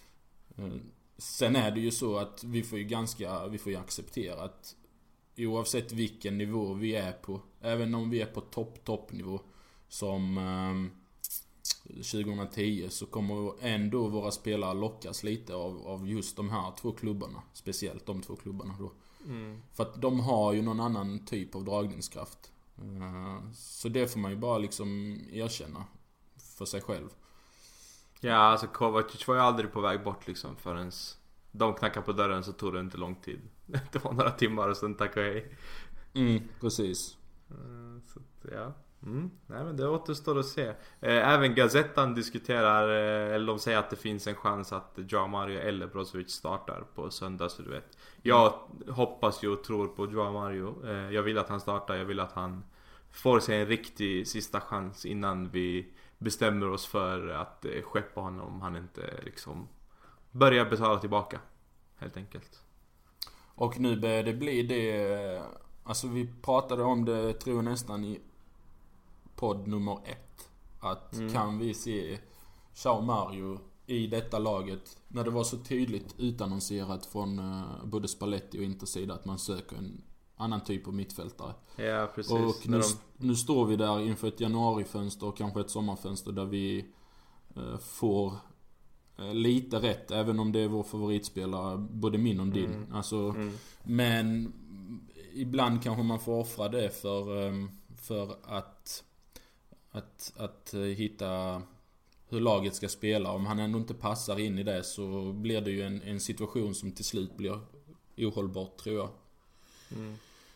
Sen är det ju så att vi får ju ganska, vi får ju acceptera att oavsett vilken nivå vi är på, även om vi är på topp toppnivå som um, tjugohundratio, så kommer ändå våra spelare lockas lite av, av just de här två klubbarna. Speciellt de två klubbarna då. Mm. För att de har ju någon annan typ av dragningskraft. Uh, så det får man ju bara liksom erkänna för sig själv. Ja, alltså Kovacic var ju aldrig på väg bort liksom, förrän de knackade på dörren så tog det inte lång tid. Det var några timmar och sen tack och hej. Mm, precis. Uh, så ja. Mm. Nej, men det återstår att se. Även Gazettan diskuterar, eller de säger att det finns en chans att Joao Mario eller Brozovic startar på söndag, så du vet. Jag hoppas ju och tror på Joao Mario. Jag vill att han startar, jag vill att han får sig en riktig sista chans innan vi bestämmer oss för att skeppa honom, om han inte liksom börjar betala tillbaka, helt enkelt. Och nu börjar det bli det, alltså vi pratade om det, tror jag nästan i podd nummer ett, att mm. kan vi se Joao Mario i detta laget, när det var så tydligt utannonserat från uh, både Spalletti och Intersida att man söker en annan typ av mittfältare. Ja, precis. Och nu, de... nu står vi där inför ett januarifönster och kanske ett sommarfönster där vi uh, får uh, lite rätt, även om det är vår favoritspelare, både min och din. Mm. Alltså, mm. Men ibland kanske man får offra det för, um, för att Att, att hitta hur laget ska spela. Om han ändå inte passar in i det, så blir det ju en, en situation som till slut blir ohållbart, tror jag. Mm.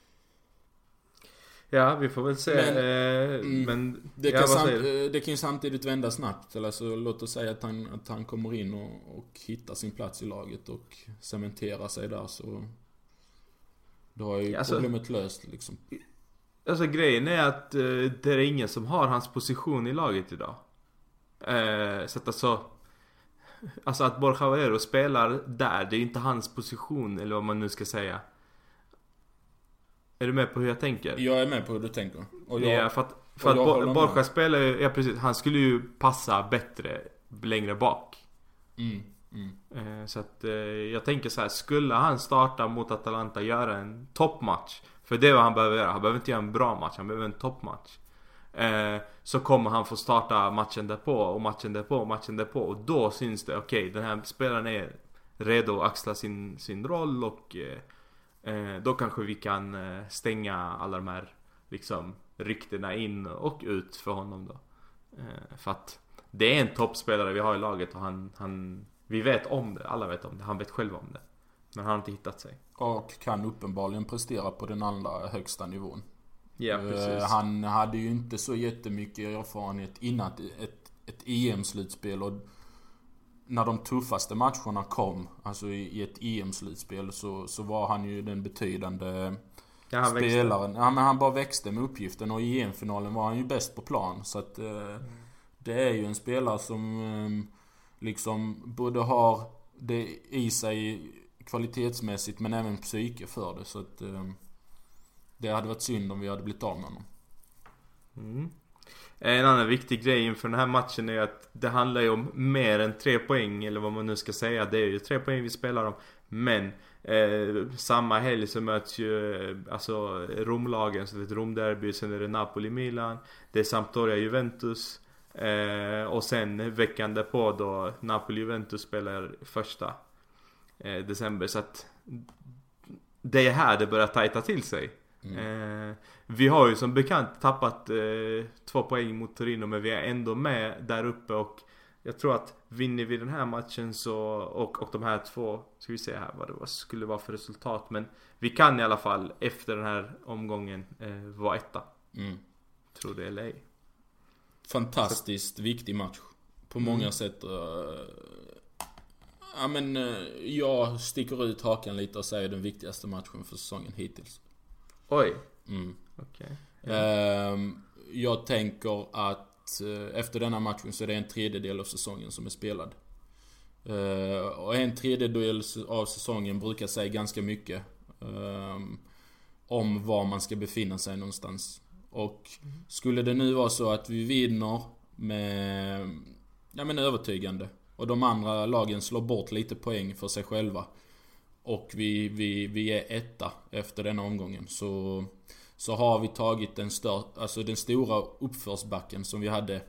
Ja, vi får väl se. Men, eh, men det, kan samt, det kan ju samtidigt vända snabbt. Alltså, låt oss säga att han, att han kommer in och, och hittar sin plats i laget och cementerar sig där, så då har ju alltså, problemet löst liksom. Alltså grejen är att eh, det är ingen som har hans position i laget idag. Eh, så att alltså Alltså att Borja Valero spelar där, det är inte hans position, eller vad man nu ska säga. Är du med på hur jag tänker? Jag är med på hur du tänker. Och jag, ja, för att, för att Bo- Borja spelar ju, ja precis, han skulle ju passa bättre längre bak. Mm, mm. Eh, så att eh, jag tänker så här, skulle han starta mot Atalanta, göra en toppmatch, för det är vad han behöver göra. Han behöver inte göra en bra match, han behöver en toppmatch. Eh, så kommer han få starta matchen därpå och matchen därpå och matchen därpå. Och då syns det, okej, okay, den här spelaren är redo att axla sin, sin roll. Och eh, då kanske vi kan stänga alla de här liksom ryktena in och ut för honom då. Eh, för att det är en toppspelare vi har i laget och han, han vi vet om det, alla vet om det, han vet själv om det. Men han har inte hittat sig. Och kan uppenbarligen prestera på den andra högsta nivån. Ja, precis. Uh, han hade ju inte så jättemycket erfarenhet innan ett, ett E M-slutspel. Och när de tuffaste matcherna kom, alltså i, i ett E M-slutspel, så, så var han ju den betydande ja, spelaren. Ja, men han bara växte med uppgiften. Och i E M-finalen var han ju bäst på plan. Så att uh, mm. det är ju en spelare som um, liksom både har det i sig kvalitetsmässigt men även psyke för det. Så att um, det hade varit synd om vi hade blivit av med honom. Mm. En annan viktig grej inför den här matchen är att det handlar ju om mer än tre poäng, eller vad man nu ska säga. Det är ju tre poäng vi spelar om. Men eh, samma helg så möts ju eh, alltså Romlagen, så det är ett Romderby. Sen är det Napoli-Milan, det är Sampdoria-Juventus, eh, och sen veckan därpå då Napoli-Juventus spelar första eh, december. Så att det är här det börjar tajta till sig. Mm. Eh, vi har ju som bekant tappat eh, två poäng mot Torino, men vi är ändå med där uppe. Och jag tror att vinner vi den här matchen så, och, och de här två, ska vi se här vad det var, skulle vara för resultat. Men vi kan i alla fall efter den här omgången eh, vara etta. Mm. Tror det eller ej. Fantastiskt så. Viktig match på många mm. sätt. uh, Ja men uh, jag sticker ut hakan lite och säger den viktigaste matchen för säsongen hittills. Oj. Mm. Okej. Okay. Yeah. Uh, jag tänker att uh, efter denna matchen så är det en tredjedel av säsongen som är spelad. Uh, och en tredjedel av säsongen brukar säga ganska mycket uh, om var man ska befinna sig någonstans. Och skulle det nu vara så att vi vinner med ja men övertygande och de andra lagen slår bort lite poäng för sig själva och vi, vi, vi är etta efter den omgången, så, så har vi tagit den, stör, alltså den stora uppförsbacken som vi hade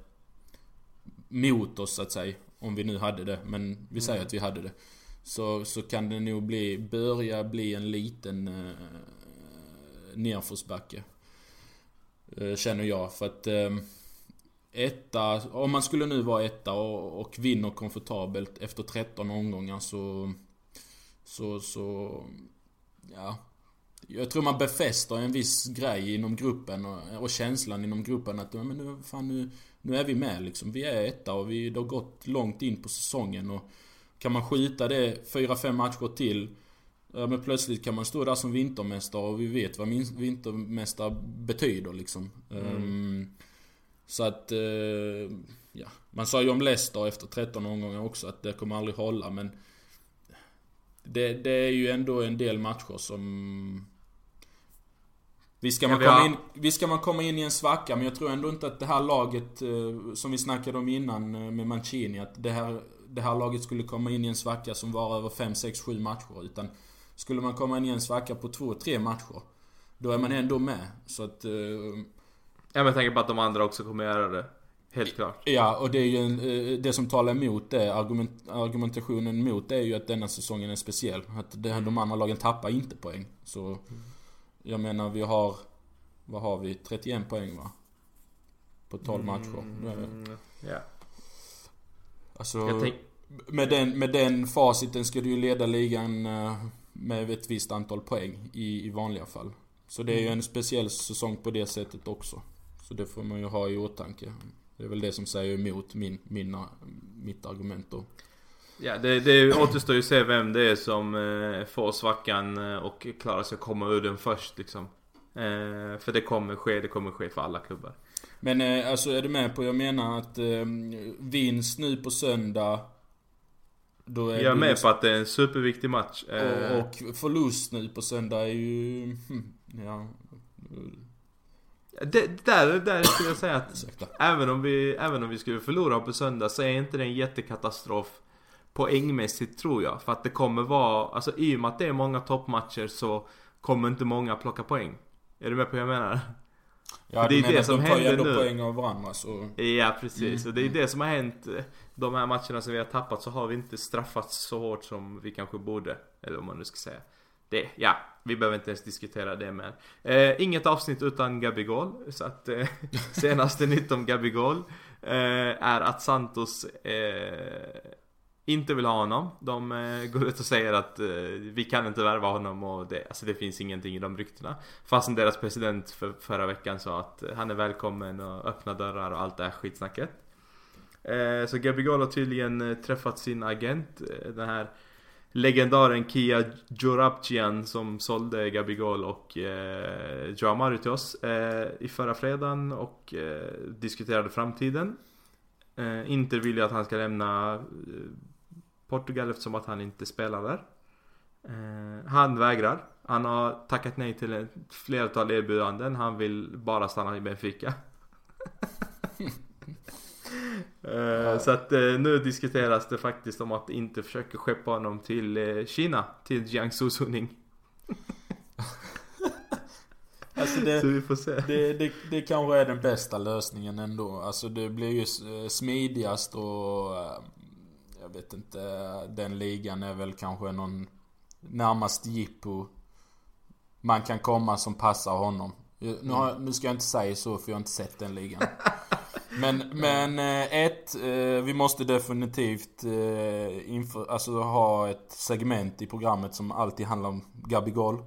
mot oss så att säga, om vi nu hade det, men vi säger mm. att vi hade det, så, så kan det nog bli, börja bli en liten uh, nerförsbacke, uh, känner jag. För att uh, etta, om man skulle nu vara etta och, och vinna komfortabelt efter tretton omgångar, så så, så ja, jag tror man befäster en viss grej inom gruppen och, och känslan inom gruppen att men nu, fan, nu, nu är vi med liksom. Vi är etta och vi det har gått långt in på säsongen, och kan man skjuta det fyra fem matcher till, ja, men plötsligt kan man stå där som vintermästare, och vi vet vad min vintermästare betyder liksom. Mm. Um, så att uh, ja, man sa ju om Leicester efter tretton omgångar också att det kommer aldrig hålla, men det, det är ju ändå en del matcher som vi ska, man komma in, vi ska man komma in i en svacka, men jag tror ändå inte att det här laget uh, som vi snackade om innan uh, med Mancini, att det här, det här laget skulle komma in i en svacka som var över fem sex sju matcher, utan skulle man komma in i en svacka på två tre matcher, då är man ändå med. Så att uh, ja, men jag tänker på att de andra också kommer göra det. Helt klart. Ja, och det är ju en, det som talar emot det, argument, argumentationen mot det är ju att denna säsongen är speciell. Att det, de andra lagen tappar inte poäng. Så mm. jag menar, vi har, vad har vi? trettioen poäng, va? På tolv matcher. Mm, ja. Alltså, tänk... med, den, med den faciten ska du ju leda ligan med ett visst antal poäng i, i vanliga fall. Så det är ju en speciell säsong på det sättet också. Så det får man ju ha i åtanke. Det är väl det som säger emot min, mina, mitt argument då. Ja, det, det återstår ju att se vem det är som eh, får svackan och klarar sig att komma ur den först liksom. Eh, för det kommer ske, det kommer ske för alla klubbar. Men eh, alltså är du med på, jag menar att eh, vinst nu på söndag, då är jag är med liksom, på att det är en superviktig match. Eh, och, och förlust nu på söndag är ju hm, ja... Det, där, där skulle jag säga att även om, vi, även om vi skulle förlora på söndag, så är inte det en jättekatastrof poängmässigt, tror jag. För att det kommer vara, alltså i och med att det är många toppmatcher, så kommer inte många plocka poäng. Är du med på vad jag menar? Ja, det är det som de händer nu. Poäng av varandra, så... Ja, precis. Mm. Och det är det som har hänt. De här matcherna som vi har tappat, så har vi inte straffats så hårt som vi kanske borde. Eller om man nu ska säga. det, ja, vi behöver inte ens diskutera det mer. Eh, inget avsnitt utan Gabigol. Så att eh, senaste nytt om Gabigol eh, är att Santos eh, inte vill ha honom. De eh, går ut och säger att eh, vi kan inte värva honom, och det, alltså det finns ingenting i de ryktena. Fastän deras president för, förra veckan sa att han är välkommen och öppna dörrar och allt det här skitsnacket. eh, Så Gabigol har tydligen eh, träffat sin agent, eh, den här legendaren Kia Joorabchian, som sålde Gabigol och eh, Joao Mario till oss eh, i förra fredagen och eh, diskuterade framtiden. eh, Inter vill ju att han ska lämna eh, Portugal eftersom att han inte spelar där. eh, Han vägrar. Han har tackat nej till ett flertal erbjudanden. Han vill bara stanna i Benfica. Uh, så att uh, nu diskuteras det faktiskt om att inte försöka skeppa honom till uh, Kina, till Jiangsu Suning. Alltså det, så vi får se. Det, det, det kanske är den bästa lösningen ändå. Alltså det blir ju smidigast och uh, jag vet inte, den ligan är väl kanske någon närmast jippo man kan komma som passar honom. Nu, har, nu ska jag inte säga så, för jag har inte sett den ligan. Men, men ett, vi måste definitivt inför, alltså ha ett segment i programmet som alltid handlar om Gabigol.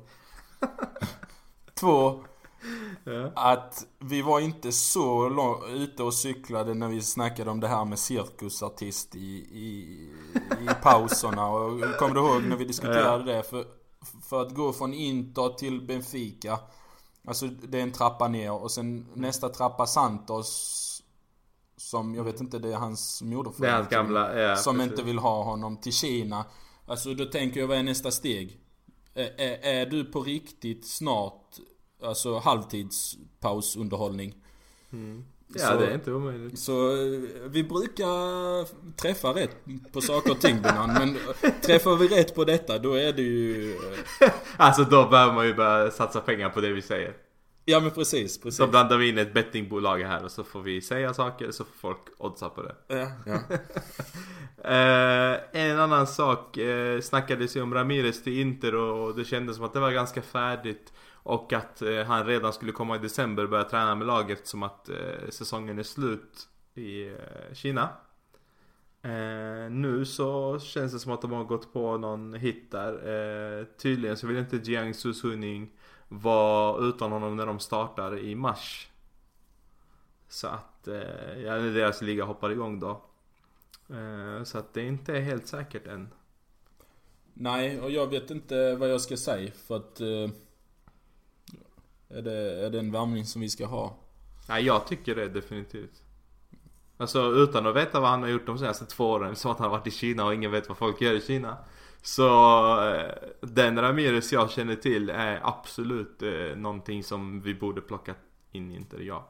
Två, ja. Att vi var inte så långt ute och cyklade när vi snackade om det här med cirkusartist i, i, i pauserna. Och kommer du ihåg när vi diskuterade ja. det? För, för att gå från Inter till Benfica, alltså det är en trappa ner, och sen nästa trappa Santos, som jag vet inte, det är hans moderföretag, det är hans gamla, ja, som precis. inte vill ha honom till Kina. Alltså då tänker jag, vad är nästa steg? Är, är, är du på riktigt snart, alltså halvtidspausunderhållning? Mm. Ja, så, det är inte omöjligt. Så vi brukar träffa rätt på saker och ting, Benan, men träffar vi rätt på detta, då är det ju alltså då behöver man ju börja satsa pengar på det vi säger. Ja, men precis, precis. Så blandar vi in ett bettingbolag här, och så får vi säga saker, så får folk oddsa på det. Ja, ja. eh, En annan sak, eh, snackades ju om Ramirez till Inter, och det kändes som att det var ganska färdigt. Och att eh, han redan skulle komma i december och börja träna med laget, eftersom att eh, säsongen är slut i eh, Kina. Eh, nu så känns det som att de har gått på någon hit där. Eh, tydligen så vill inte Jiangsu Suning var utan honom när de startar i mars. Så att eh, ja, deras liga hoppar igång då. eh, Så att det inte är helt säkert än. Nej, och jag vet inte vad jag ska säga. För att eh, är, det, är det en värmning som vi ska ha? Nej, jag tycker det definitivt. Alltså utan att veta vad han har gjort de senaste två åren, så att han har varit i Kina och ingen vet vad folk gör i Kina. Så eh, den Ramirez jag känner till är absolut eh, någonting som vi borde plocka in i Inter, ja.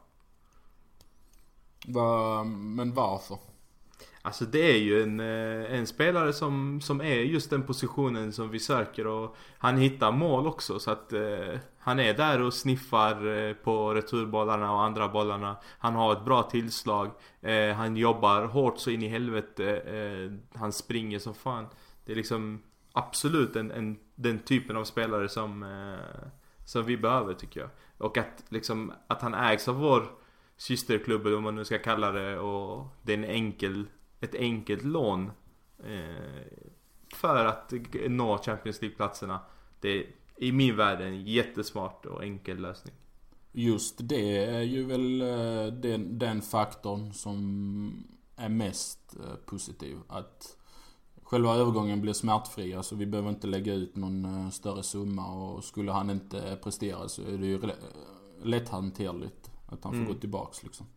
Va, men varför? Alltså det är ju en, en spelare som, som är just den positionen som vi söker, och han hittar mål också, så att eh, han är där och sniffar eh, på returbollarna och andra bollarna. Han har ett bra tillslag, eh, han jobbar hårt så in i helvete, eh, han springer som fan. Det är liksom absolut en, en, den typen av spelare som, eh, som vi behöver, tycker jag. Och att, liksom, att han ägs av vår systerklubb, om man nu ska kalla det, och det är en enkel, ett enkelt lån eh, för att nå Champions League-platserna. Det är i min värld en jättesmart och enkel lösning. Just det är ju väl den, den faktorn som är mest positiv. Att själva övergången blir smärtfri. Alltså vi behöver inte lägga ut någon större summa, och skulle han inte prestera så är det ju lätthanterligt att han får mm. gå tillbaks liksom.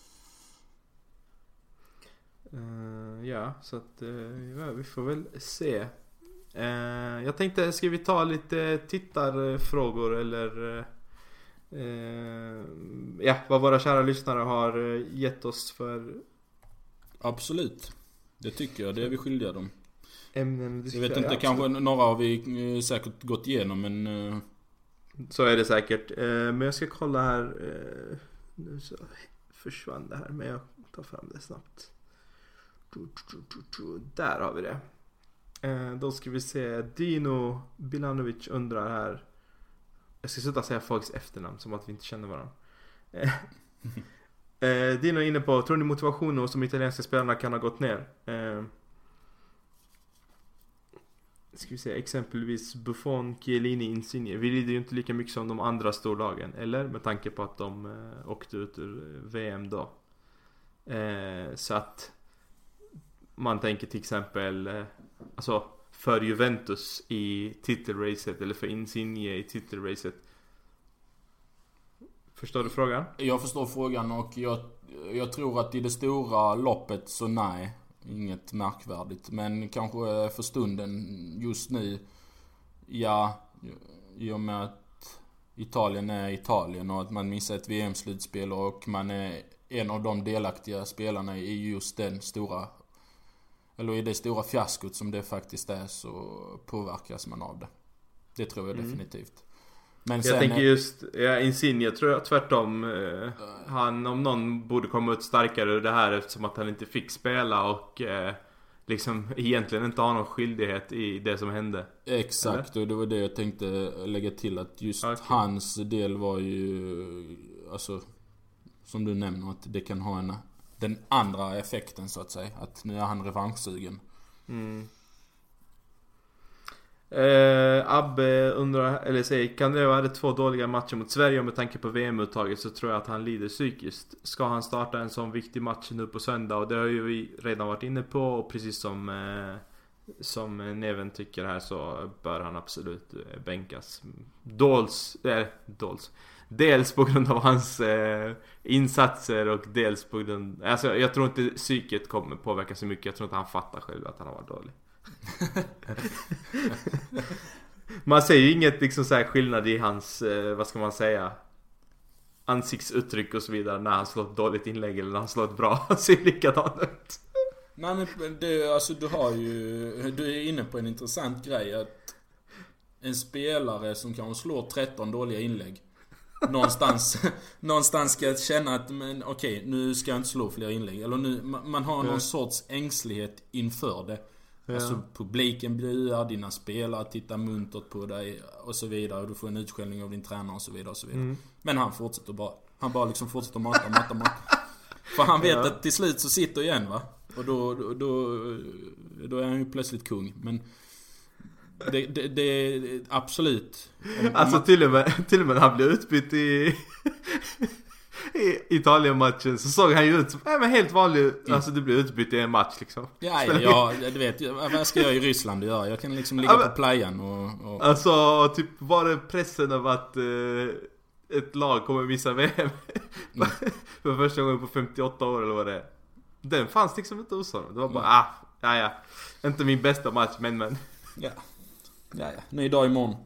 Uh, ja, så att uh, ja, vi får väl se. uh, Jag tänkte, ska vi ta lite tittarfrågor eller uh, ja, vad våra kära lyssnare har gett oss för. Absolut, det tycker jag, det är vi skyldiga dem. Ämnen, jag vet inte, ja, kanske några har vi säkert gått igenom, men uh... så är det säkert. uh, Men jag ska kolla här. uh, Nu så försvann det här, men jag tar fram det snabbt. Där har vi det. Eh, då ska vi se. Dino Bilanovic undrar här. Jag ska sluta säga folks efternamn som att vi inte känner varandra. Eh, eh, Dino är inne på, tror ni motivationen som italienska spelarna kan ha gått ner? Eh, ska vi se, exempelvis Buffon, Chiellini, Insigne. Vi lider ju inte lika mycket som de andra storlagen. Eller? Med tanke på att de eh, åkte ut ur V M då. Eh, så att man tänker till exempel eh, alltså för Juventus i titelracet eller för Insigne i titelracet. Förstår du frågan? Jag förstår frågan och jag, jag tror att i det stora loppet så nej, inget märkvärdigt. Men kanske för stunden just nu, ja, i och med att Italien är Italien och att man missar ett V M-slutspel och man är en av de delaktiga spelarna i just den stora, eller i det stora fiaskot som det faktiskt är, så påverkas man av det. Det tror jag mm. definitivt. Men jag sen, tänker just, ja, Insigne tror jag tvärtom. Eh, han om någon borde komma ut starkare ur det här eftersom att han inte fick spela och eh, liksom egentligen inte har någon skyldighet i det som hände. Exakt, eller? Och det var det jag tänkte lägga till, att just okay. hans del var ju, alltså som du nämner, att det kan ha en, den andra effekten så att säga, att nu är han revanschsugen. Mm. Eh, Abbe undrar, eller säger, kan det vara två dåliga matcher mot Sverige, och med tanke på V M-uttaget så tror jag att han lider psykiskt. Ska han starta en sån viktig match nu på söndag? Och det har ju vi redan varit inne på, och precis som eh, som Neven tycker här så bör han absolut eh, bänkas. Dols, eh, dols. Dels på grund av hans eh, insatser och dels på grund, alltså jag tror inte psyket kommer påverka så mycket. Jag tror inte han fattar själv att han har varit dålig. Man ser ju inget liksom så här skillnad i hans eh, vad ska man säga, ansiktsuttryck och så vidare när han slår ett dåligt inlägg eller när han slår ett bra. Han ser likadant ut. Nej men det, alltså du har ju, du är inne på en intressant grej, att en spelare som kanske slår tretton dåliga inlägg någonstans någonstans ska känna att men okej, nu ska jag inte slå fler inlägg, eller nu man har någon sorts ängslighet inför det. Ja. Alltså publiken blir, dina spelare tittar muntert på dig och så vidare, och du får en utskällning av din tränare och så vidare och så vidare. Mm. Men han fortsätter bara, han bara liksom fortsätter mata, mata, mata. För han vet ja. att till slut så sitter igen, va? Och då, då, då, då är han ju plötsligt kung. Men det, det, det är absolut om, om alltså man... till och med till och med när han blev utbytt i i Italien-matchen så såg han ju ut som äh, men helt vanlig. Mm. Alltså du blir utbytt i en match liksom. Ja, ja, ja du vet, vad ska jag i Ryssland göra? Jag kan liksom ligga ja, men, på playan och, och... Alltså typ var det pressen av att eh, ett lag kommer missa V M mm. för första gången på femtioåtta år eller vad det är. Den fanns liksom inte hos honom. Det var bara, mm. ah, ja ja. Inte min bästa match, men men. Ja. Ja ja, ny dag imorgon.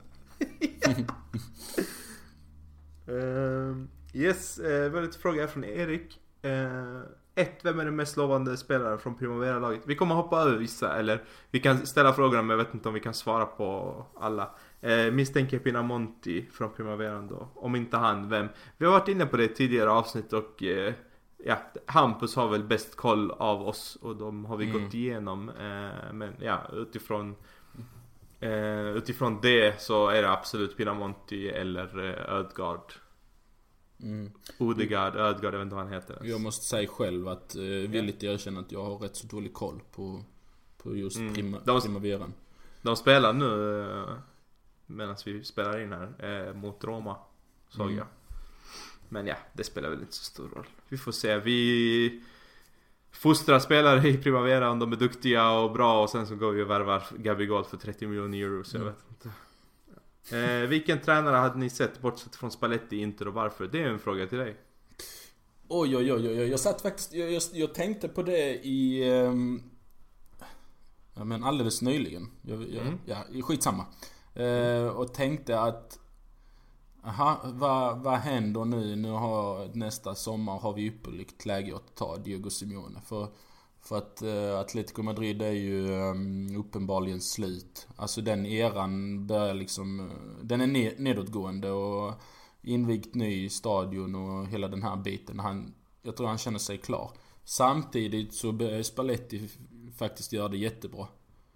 uh, Yes, uh, väldigt fråga här från Erik. uh, Ett, vem är den mest lovande spelaren från Primavera-laget? Vi kommer hoppa över vissa, eller vi kan ställa frågorna, men jag vet inte om vi kan svara på alla. uh, Misstänker Pinamonti från Primavera då. Om inte han, vem? Vi har varit inne på det tidigare avsnitt och uh, ja, Hampus har väl bäst koll av oss, och de har vi mm. gått igenom. uh, Men ja, utifrån uh, Utifrån det så är det absolut Pinamonti eller uh, Ödgaard. Mm. Odegaard, Ödgaard, jag vet inte vad han heter. Jag måste säga själv att eh, villigt erkänna att jag har rätt så dålig koll på, på just mm. prima, de, Primaveran. De spelar nu eh, medan vi spelar in här eh, mot Roma, såg mm. jag. Men ja, det spelar väl inte så stor roll. Vi får se, vi fostrar spelare i Primavera om de är duktiga och bra, och sen så går vi och värvar Gabigol för trettio miljoner euro, så jag mm. vet inte. Eh, vilken tränare hade ni sett bortsett från Spalletti, Inter, och varför? Det är en fråga till dig. Oj, oj, oj, oj. Jag satt faktiskt, jag, jag, jag tänkte på det i um, ja, men alldeles nyligen. Jag, jag, mm. Ja, skitsamma. Eh, och tänkte att aha, vad, vad händer nu? Nu har nästa sommar har vi ypperligt läge att ta Diego Simeone. För För att uh, Atletico Madrid är ju um, uppenbarligen slut. Alltså den eran börjar liksom uh, den är ne- nedåtgående, och invigt ny stadion och hela den här biten. Han, jag tror han känner sig klar. Samtidigt så börjar Spalletti faktiskt göra det jättebra.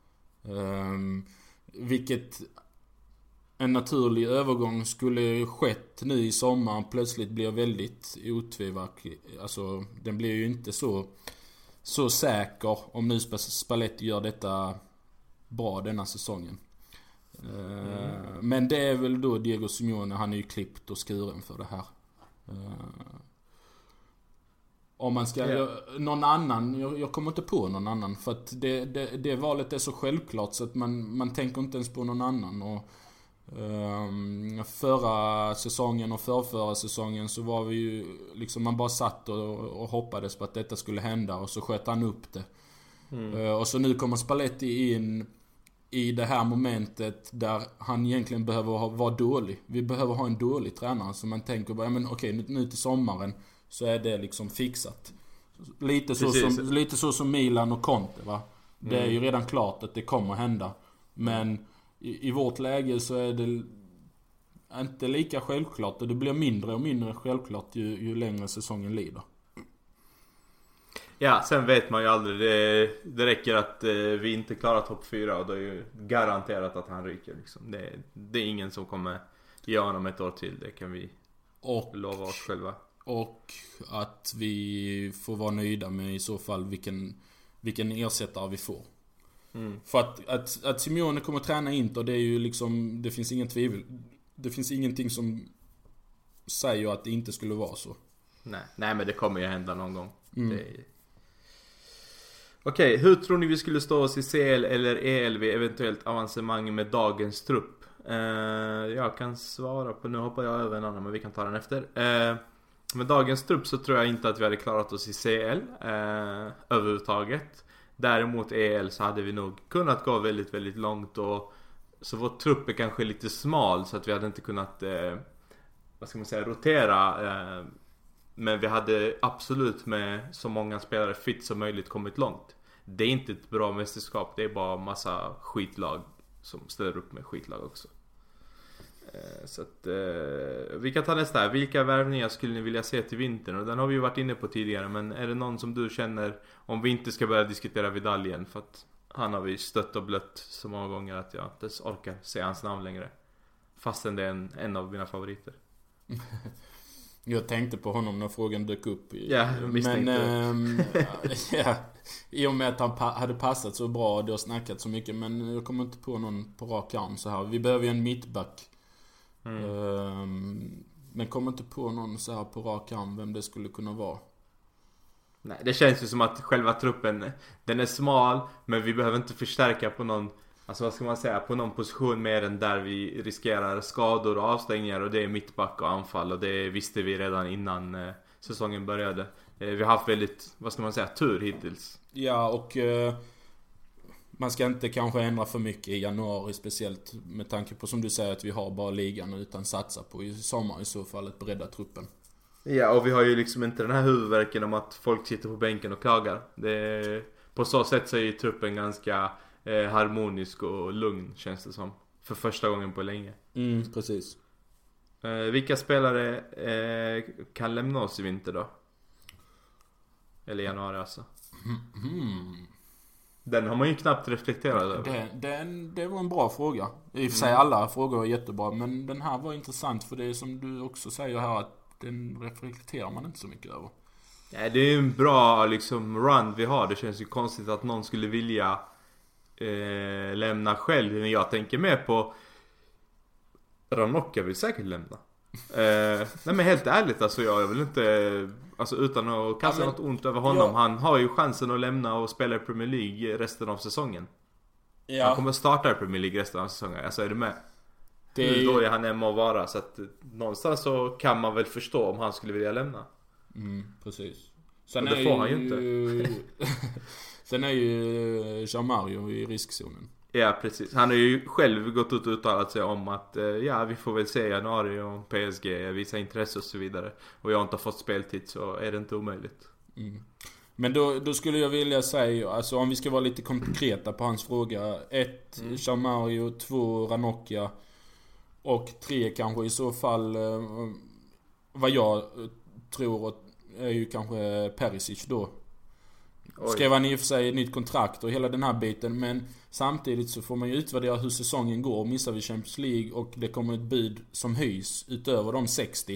Um, vilket en naturlig övergång skulle skett nu i sommar plötsligt blir väldigt otvivelaktig. Alltså den blir ju inte så så säker om nu Spalletti gör detta bra denna säsongen. Mm. Uh, men det är väl då Diego Simeone, han är ju klippt och skuren för det här. Uh, om man ska yeah. någon annan, jag, jag kommer inte på någon annan för att det, det, det valet är så självklart så att man, man tänker inte ens på någon annan. Och um, förra säsongen och förrförra säsongen så var vi ju liksom, man bara satt och, och hoppades på att detta skulle hända och så sköt han upp det. Mm. Uh, och så nu kommer Spalletti in i det här momentet där han egentligen behöver ha, vara dålig. Vi behöver ha en dålig tränare så man tänker bara, ja, men okej, nu, nu till sommaren så är det liksom fixat. Lite så, som, lite så som Milan och Conte, va? Det är ju redan klart att det kommer hända. Men i, i vårt läge så är det inte lika självklart. Och det blir mindre och mindre självklart ju, ju längre säsongen lider. Ja, sen vet man ju aldrig. Det, det räcker att eh, vi inte klarar topp fyra och då är ju garanterat att han ryker. Liksom. Det, det är ingen som kommer ge honom ett år till. Det kan vi och, lova oss själva. Och att vi får vara nöjda med i så fall vilken, vilken ersättare vi får. Mm. För att, att, att Simeone kommer att träna Inter, det är ju liksom, det finns ingen tvivel. Det finns ingenting som säger att det inte skulle vara så. Nej, nej men det kommer ju hända någon gång. Mm. Det... Okej, hur tror ni vi skulle stå oss i C L eller E L vid eventuellt avancemang med dagens trupp? Uh, jag kan svara på, nu hoppar jag över en annan men vi kan ta den efter. Uh, med dagens trupp så tror jag inte att vi hade klarat oss i C L uh, överhuvudtaget. Däremot E L så hade vi nog kunnat gå väldigt, väldigt långt och så vår trupp är kanske lite smal så att vi hade inte kunnat uh, vad ska man säga, rotera uh, men vi hade absolut med så många spelare fit som möjligt kommit långt. Det är inte ett bra mästerskap, det är bara massa skitlag som ställer upp med skitlag också. Så att eh, vi kan ta nästa här. Vilka värvningar skulle ni vilja se till vintern? Och den har vi ju varit inne på tidigare. Men är det någon som du känner, om vi inte ska börja diskutera Vidal igen, för att han har vi stött och blött så många gånger att jag inte orkar säga hans namn längre. Fastän det är en, en av mina favoriter. Jag tänkte på honom när frågan dök upp. Ja, jag misstänkte. Men ähm, ja, i och med att han pa- hade passat så bra och det har snackat så mycket. Men jag kommer inte på någon på rak arm så här. Vi behöver ju en mittback. Mm. Um, men kommer inte på någon så här på rak arm vem det skulle kunna vara. Nej, det känns ju som att själva truppen, den är smal, men vi behöver inte förstärka på någon, alltså vad ska man säga, på någon position mer än där vi riskerar skador och avstängningar, och det är mittback och anfall, och det visste vi redan innan eh, säsongen började. Eh, vi har haft väldigt, vad ska man säga, tur hittills. Ja, och eh, man ska inte kanske ändra för mycket i januari, speciellt med tanke på, som du säger, att vi har bara ligan utan satsa på i sommar i så fall att bredda truppen. Ja, och vi har ju liksom inte den här huvudvärken om att folk sitter på bänken och klagar. Det är, på så sätt så är ju truppen ganska eh, harmonisk och lugn, känns det som. För första gången på länge. Mm, precis. Eh, vilka spelare eh, kan lämna oss i vinter då? Eller januari alltså. Mm. Den har man ju knappt reflekterat över. Det, den, det var en bra fråga. I och för sig mm. alla frågor var jättebra, men den här var intressant för det är som du också säger här, att den reflekterar man inte så mycket över. Ja, det är en bra liksom run vi har. Det känns ju konstigt att någon skulle vilja eh, lämna själv. Men jag tänker med på Ranocchia vill säkert lämna. eh, nej men helt ärligt alltså, jag vill inte, alltså utan att kasta ja, men, något ont över honom, ja. Han har ju chansen att lämna och spela i Premier League resten av säsongen. Ja. Han kommer starta i Premier League resten av säsongen. Alltså är du med? Det är... Hur dålig han är må vara. Så att någonstans så kan man väl förstå om han skulle vilja lämna. Mm, precis. Sen och det är får ju... han ju inte. Sen är ju Jean-Mario i riskzonen. Ja, precis. Han har ju själv gått ut och uttalat sig om att ja, vi får väl se i januari om P S G visar intresse och så vidare. Och jag har inte fått speltid, så är det inte omöjligt. Mm. Men då, då skulle jag vilja säga, alltså om vi ska vara lite konkreta på hans fråga. Ett, mm. Jean-Mario, två, Ranocchia. Och tre kanske i så fall, vad jag tror är ju kanske Perisic då. skrev han i och för sig ett nytt kontrakt och hela den här biten. Men samtidigt så får man ju utvärdera hur säsongen går. Missar vi Champions League och det kommer ett bud som höjs utöver de sextio.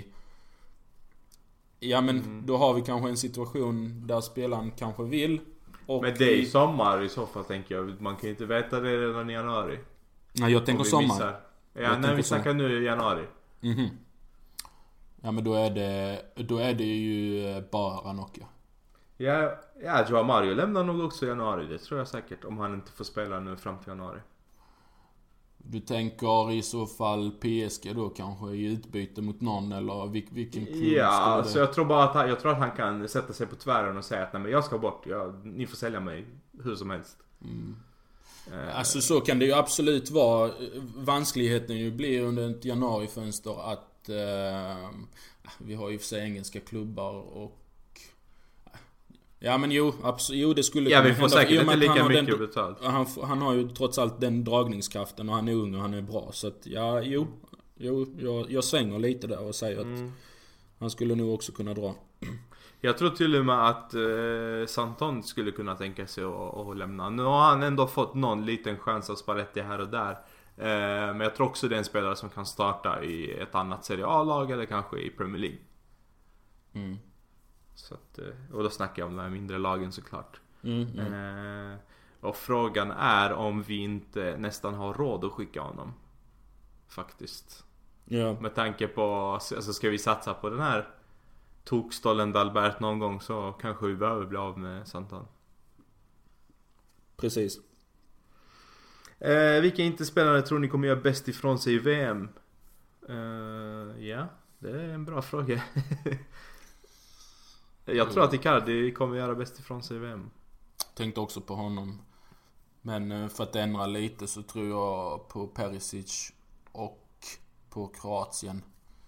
Ja men mm. då har vi kanske en situation där spelaren kanske vill. Och men det är i sommar i så fall tänker jag. Man kan ju inte veta det redan i januari. Nej jag tänker sommar. Missar. Ja när vi snackar nu i januari. Mhm. Ja men då är det då är det ju bara Ranocchia. Ja, ja Joao Mario lämnar nog också i januari. Det tror jag säkert. Om han inte får spela nu fram till januari. Du tänker i så fall P S G då kanske i utbyte mot någon eller vil- vilken klubb? Ja, alltså jag tror bara att han, jag tror att han kan sätta sig på tvären och säga att nej men jag ska bort. Jag, ni får sälja mig hur som helst. Mm. Uh, alltså så kan det ju absolut vara. Vanskligheten ju blir under ett januarifönster att uh, vi har ju för sig engelska klubbar och ja men jo, absolut, jo det skulle ja, vi får säkert inte lika mycket den, betalt. Han, han har ju trots allt den dragningskraften och han är ung och han är bra. Så att ja, jo, jo jag, jag svänger lite där och säger mm. att han skulle nog också kunna dra. Jag tror till och med att eh, Santon skulle kunna tänka sig att, att lämna. Nu har han ändå fått någon liten chans av Spalletti här och där. Eh, men jag tror också det är en spelare som kan starta i ett annat Serie A-lag eller kanske i Premier League. Mm. Så att, och då snackar jag om de här mindre lagen såklart. Mm, mm. Eh, och frågan är om vi inte nästan har råd att skicka honom. Faktiskt. Ja. Med tanke på, alltså ska vi satsa på den här tokstollen Dalbert någon gång så kanske vi behöver bli av med Santon. Precis. Eh, vilka inte-spelare tror ni kommer göra bäst ifrån sig i V M? Eh, ja, det är en bra fråga. Jag tror att Icardi kommer göra bäst ifrån sig i V M. Tänkte också på honom. Men för att ändra lite så tror jag på Perisic och på Kroatien.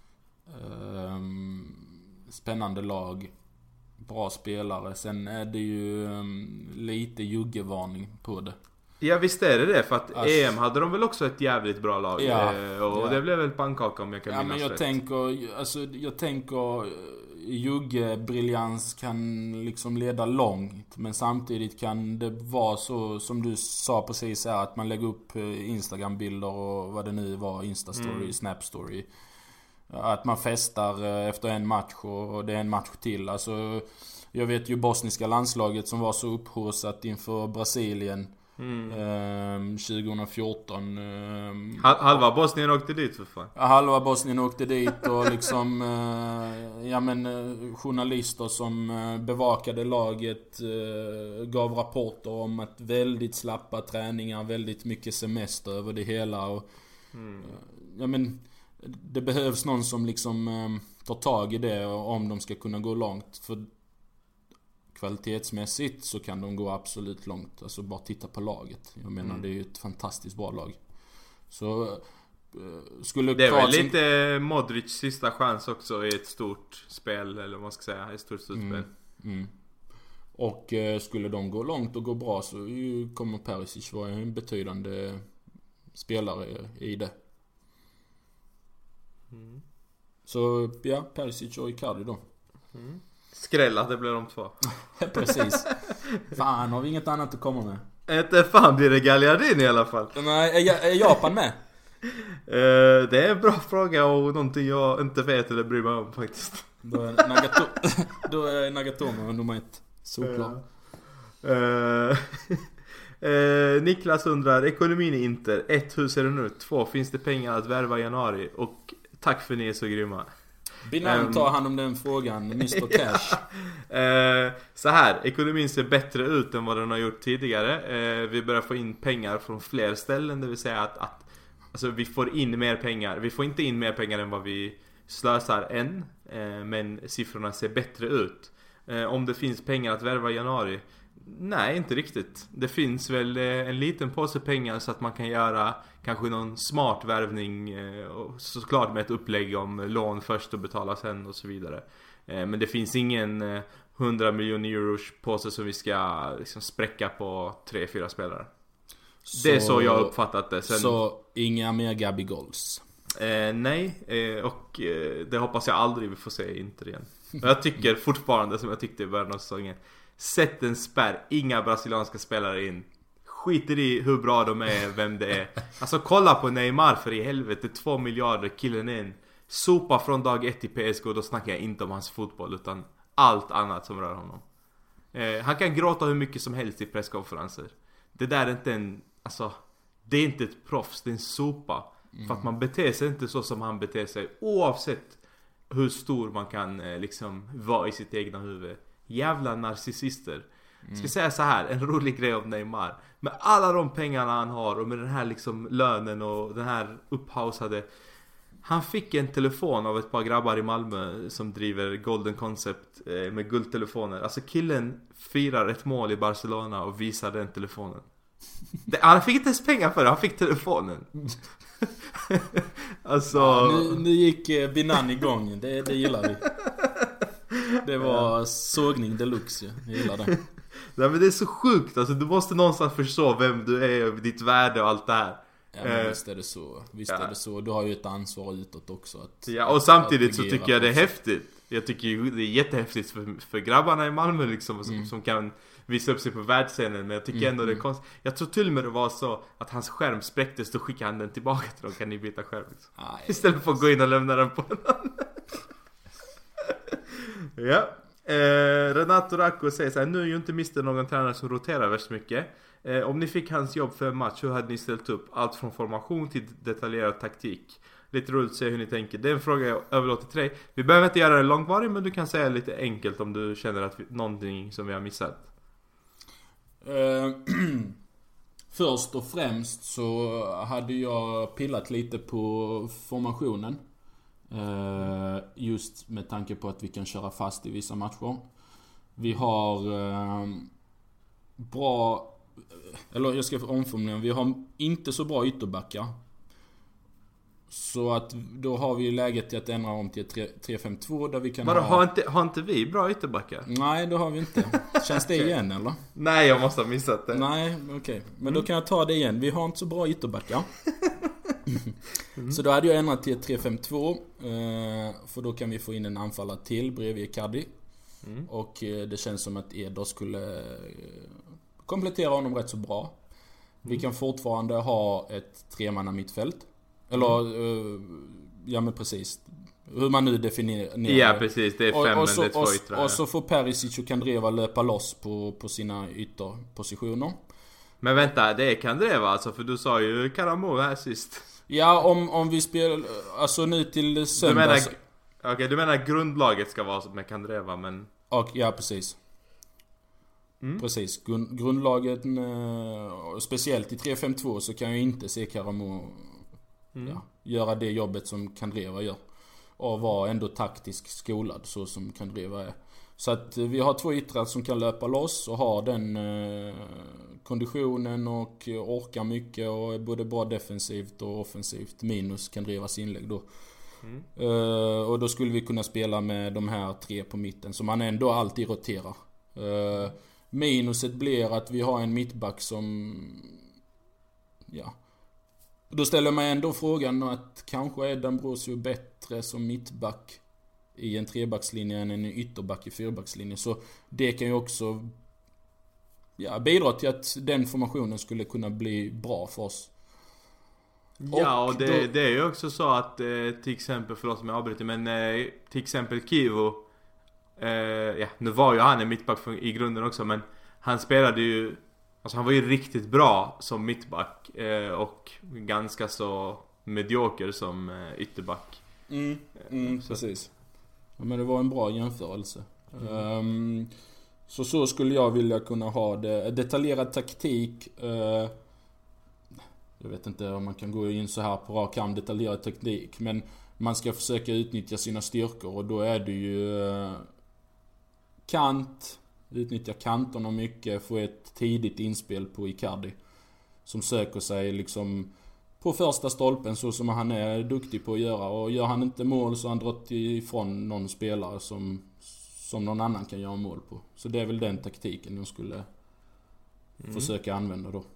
Um, spännande lag. Bra spelare. Sen är det ju um, lite juggevarning på det. Ja visst är det det. För att Ass. E M hade de väl också ett jävligt bra lag. Ja, och ja. det blev väl pannkaka om jag kan ja, minnas men jag rätt. tänker, alltså, jag tänker juggebriljans kan liksom leda långt. Men samtidigt kan det vara så som du sa precis här, att man lägger upp Instagram-bilder och vad det nu var, Insta-story, mm. Snap-story. Att man festar efter en match och det är en match till. Alltså, jag vet ju bosniska landslaget som var så upphaussat inför Brasilien. Mm. Ehm, tjugo fjorton ehm, Halva Bosnien åkte dit för fan. Halva Bosnien åkte dit och liksom eh, ja men eh, journalister som eh, bevakade laget eh, gav rapporter om att väldigt slappa träningar, väldigt mycket semester över det hela och mm. eh, ja men det behövs någon som liksom eh, tar tag i det om de ska kunna gå långt, för kvalitetsmässigt så kan de gå absolut långt. Alltså bara titta på laget. Jag menar mm. det är ju ett fantastiskt bra lag. Så skulle det är Kroatien... väl lite Modric sista chans också i ett stort spel, eller vad man ska säga, ett stort slutspel. Mm. Mm. Och eh, skulle de gå långt och gå bra så ju, kommer Perisic vara en betydande spelare i det. Mm. Så ja, Perisic och Icardi då. Mm. Skrälla, det blir de två. Precis. Fan, har vi inget annat att komma med? Inte fan blir det Gagliardini i alla fall. Nej, är, är Japan med? uh, det är en bra fråga och någonting jag inte vet eller bryr mig om faktiskt. Då är Nagato- Då är Nagatomo nummer ett. Såklart. Uh, uh, uh, Niklas undrar, ekonomin är Inter. Ett, hur ser den ut? Två, finns det pengar att värva i januari? Och tack för ni är så grymma. Binam tar hand om den frågan, mister Cash. uh, Så här, ekonomin ser bättre ut än vad den har gjort tidigare. uh, Vi börjar få in pengar från fler ställen. Det vill säga att, att alltså, vi får in mer pengar. Vi får inte in mer pengar än vad vi slösar än, uh, men siffrorna ser bättre ut. uh, Om det finns pengar att värva i januari? Nej, inte riktigt. Det finns väl en liten påse pengar så att man kan göra kanske någon smart värvning, och såklart med ett upplägg om lån först och betala sen och så vidare. Men det finns ingen hundra miljoner euros påse som vi ska liksom spräcka på tre fyra spelare. Så, det är så jag har uppfattat det. Sen, så inga mer Gabigols? Eh, nej, eh, och eh, det hoppas jag aldrig vi får se Inter igen. Men jag tycker fortfarande, som jag tyckte i början av säsongen, Sätt en spärr, inga brasilianska spelare in. Skiter i hur bra de är, vem det är. Alltså kolla på Neymar för i helvete, två miljarder, killen in. Sopa från dag ett i P S G, och då snackar jag inte om hans fotboll utan allt annat som rör honom. eh, Han kan gråta hur mycket som helst i presskonferenser. Det där är inte en, alltså det är inte ett proffs, det är en sopa. Mm. För att man beter sig inte så som han beter sig, oavsett hur stor man kan eh, liksom vara i sitt egna huvud. Jävla narcissister. Jag ska säga så här, en rolig grej om Neymar. Med alla de pengarna han har och med den här liksom lönen och den här upphausade. Han fick en telefon av ett par grabbar i Malmö som driver Golden Concept eh, med guldtelefoner. Alltså killen firar ett mål i Barcelona och visar den telefonen. Det, han fick inte ens pengar för det, han fick telefonen. Alltså ja, nu, nu gick eh, Binan igång, det, det gillar vi. Det var sågning deluxe, jag gillar det. Nej, men det är så sjukt, alltså du måste någonstans förstå vem du är, ditt värde och allt det här. Ja, men visst är det så. Visst ja. är det så. Du har ju ett ansvar utåt också att, ja, och samtidigt så tycker jag det är häftigt. Jag tycker ju det är jättehäftigt för, för grabbarna i Malmö liksom, som, mm. som kan visa upp sig på världsscenen. Men jag tycker mm. ändå det är konstigt. Jag tror till och med det var så att hans skärm spräcktes, då skickade han den tillbaka till dem. Kan ni byta skärm liksom. Aj, istället för att gå in och lämna den på en annan. Ja. Eh, Renato Racco säger så här: nu är ju inte mister någon tränare som roterar värst mycket. Eh, om ni fick hans jobb för en match, hur hade ni ställt upp? Allt från formation till detaljerad taktik. Lite roligt att se hur ni tänker. Det är en fråga jag överlåter till dig. Vi behöver inte göra det långvarig, men du kan säga lite enkelt om du känner att vi, någonting som vi har missat. Uh, först och främst så hade jag pillat lite på formationen. Uh, just med tanke på att vi kan köra fast i vissa matcher. Vi har uh, bra, eller jag ska omformulera, vi har inte så bra ytterbackar. Så att då har vi läget till att ändra om till tre fem två där vi kan Bara, ha... har, inte, har inte vi bra ytterbackar? Nej, det har vi inte. Känns det igen eller? Nej, jag måste ha missat det. Nej, okej. Okay. Men mm. då kan jag ta det igen. Vi har inte så bra ytterbackar. mm. Så då hade jag ändrat till tre fem två. För då kan vi få in en anfallare till bredvid Icardi. Mm. Och det känns som att Eder skulle komplettera honom rätt så bra. Mm. Vi kan fortfarande ha ett tremanna mittfält. Eller, mm. ja men precis. Hur man nu definierar. Ja precis, det är fem och, och så, men det är två yttrar. Och så får Perisic och Kandreva löpa loss på, på sina ytterpositioner. Men vänta, det är Kandreva alltså, för du sa ju Karamo här sist. Ja, om, om vi spelar, alltså nu till söndags. Okej, okay, du menar grundlaget ska vara med Kandreva, men... Och, ja, precis. Mm. Precis, Grund, grundlaget, speciellt i tre fem två så kan jag inte se Karamo mm. ja, göra det jobbet som Kandreva gör. Och vara ändå taktisk skolad så som Kandreva är. Så att vi har två yttrar som kan löpa loss och ha den eh, konditionen och orkar mycket och är både bra defensivt och offensivt, minus Kandrevas inlägg då. Mm. Uh, och då skulle vi kunna spela med de här tre på mitten som man ändå alltid roterar. Uh, minuset blir att vi har en mittback som, ja, då ställer man ändå frågan att kanske är D'Ambrosio bättre som mittback i en trebackslinje än en ytterback i fyrbackslinje. Så det kan ju också, ja, bidra till att den formationen skulle kunna bli bra för oss. Ja, och, och det, då... det är ju också så att eh, till exempel, förlåt om jag avbryter, men eh, till exempel Kivo, eh, ja, nu var ju han en mittback i grunden också, men han spelade ju, alltså han var ju riktigt bra som mittback eh, och ganska så medioker som eh, ytterback. Mm, mm, så. Precis. Ja, men det var en bra jämförelse. Mm. Um, så så skulle jag vilja kunna ha det. Detaljerad taktik. Uh, jag vet inte om man kan gå in så här på rak arm, detaljerad taktik. Men man ska försöka utnyttja sina styrkor. Och då är det ju uh, kant. Utnyttja kanterna mycket. Få ett tidigt inspel på Icardi. Som söker sig liksom på första stolpen så som han är duktig på att göra. Och gör han inte mål så har han dragit ifrån någon spelare som, som någon annan kan göra mål på. Så det är väl den taktiken jag skulle mm. försöka använda då.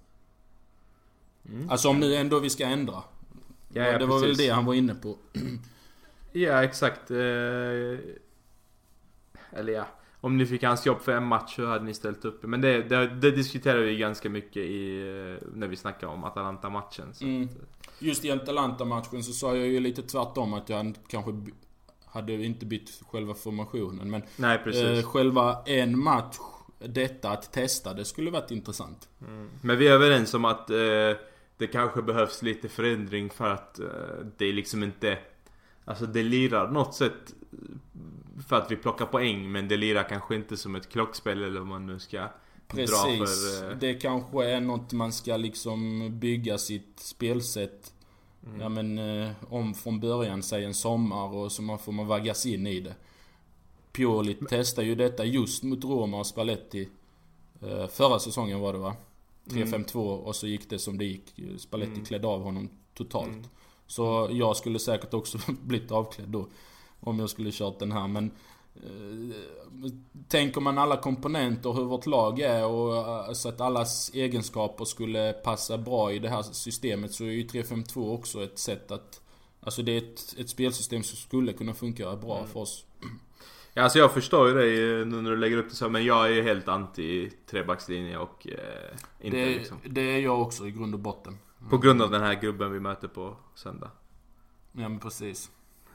Mm. Alltså om nu ändå vi ska ändra. Ja, ja, det var precis. Väl det han var inne på. Ja, exakt. Eh, eller ja. om ni fick hans jobb för en match, så hade ni ställt upp. Men det, det, det diskuterar vi ganska mycket i, när vi snackar om Atalanta-matchen. Så Mm. att, Just i Atalanta-matchen så sa jag ju lite tvärtom att jag kanske hade inte bytt själva formationen. Men nej, precis. eh, själva en match, detta att testa, det skulle varit intressant. Mm. Men vi är överens om att eh, det kanske behövs lite förändring för att eh, det är liksom inte, alltså det lirar något sätt för att vi plockar poäng, men det lirar kanske inte som ett klockspel eller vad man nu ska Precis, dra för. Eh... det kanske är något man ska liksom bygga sitt spelsätt mm. ja, men, eh, om från början, säg en sommar, och så man får man vaggas in i det. Pioli men... testade ju detta just mot Roma och Spalletti eh, förra säsongen var det va? tre fem två mm. och så gick det som det gick. Spalletti mm. klädde av honom totalt. Mm. Så jag skulle säkert också blivit avklädd då om jag skulle kört den här, men eh, tänker man alla komponenter, hur vårt lag är och eh, så att allas egenskaper skulle passa bra i det här systemet, så är ju tre fem två också ett sätt att, alltså det är ett, ett spelsystem som skulle kunna funka bra mm. för oss. Ja, alltså jag förstår ju dig nu när du lägger upp det så, men jag är ju helt anti trebackslinje och eh, inte det, liksom. Det är jag också i grund och botten. På grund av den här gubben vi möter på söndag. Ja, men precis.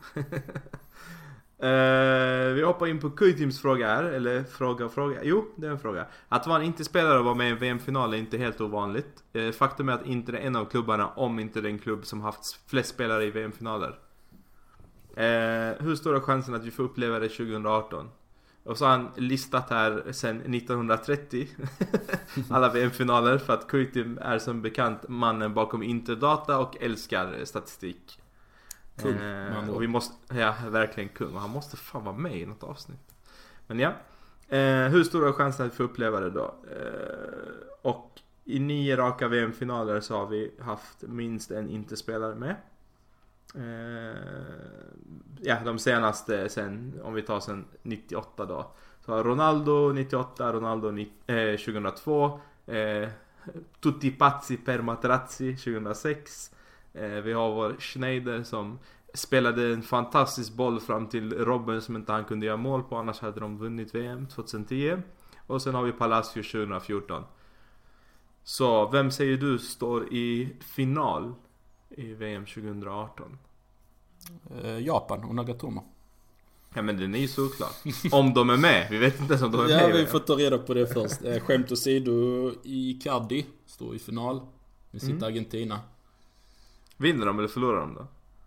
uh, vi hoppar in på Kujtims fråga här. Eller fråga och fråga. Jo, det är en fråga. Att vara en inte-spelare och vara med i en V M-final är inte helt ovanligt. uh, Faktum är att inte är en av klubbarna, om inte den klubb som haft flest spelare i V M-finaler. uh, Hur stor är chansen att vi får uppleva det tjugo arton? Och så har han listat här sen nittonhundratrettio alla V M-finaler, för att Kujtim är som bekant mannen bakom Interdata och älskar statistik. Kung, eh, och vi måste, ja, verkligen kung. Och han måste fan vara med i något avsnitt. Men ja, eh, hur stor är chansen att vi får uppleva det då? Eh, och i nio raka V M-finaler så har vi haft minst en inte-spelare med. Uh, ja, de senaste sen, om vi tar sen nittioåtta då, så har Ronaldo nittioåtta, Ronaldo eh, tjugohundratvå, eh, Tutti Pazzi per Materazzi tjugohundrasex. eh, Vi har vår Schneider som spelade en fantastisk boll fram till Robben som inte han kunde göra mål på, annars hade de vunnit V M tjugohundratio. Och sen har vi Palacio tjugohundrafjorton. Så vem säger du står i final i V M tjugoarton? Eh, Japan och Nagatomo. Ja, men den är ju såklart. Om de är med. Vi vet inte ens om de är ja, med. Ja, vi får ta reda på det först. eh, Skämt åsido, Icardi står i final med sitt mm. Argentina. Vinner de eller förlorar de då?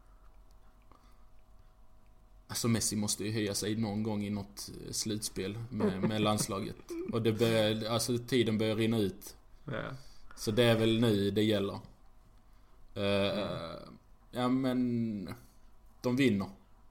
Alltså Messi måste ju höja sig någon gång i något slutspel med, med landslaget. Och det börjar, alltså tiden börjar rinna ut. Ja. Så det är väl nu det gäller. Uh, mm. Ja, men de vinner.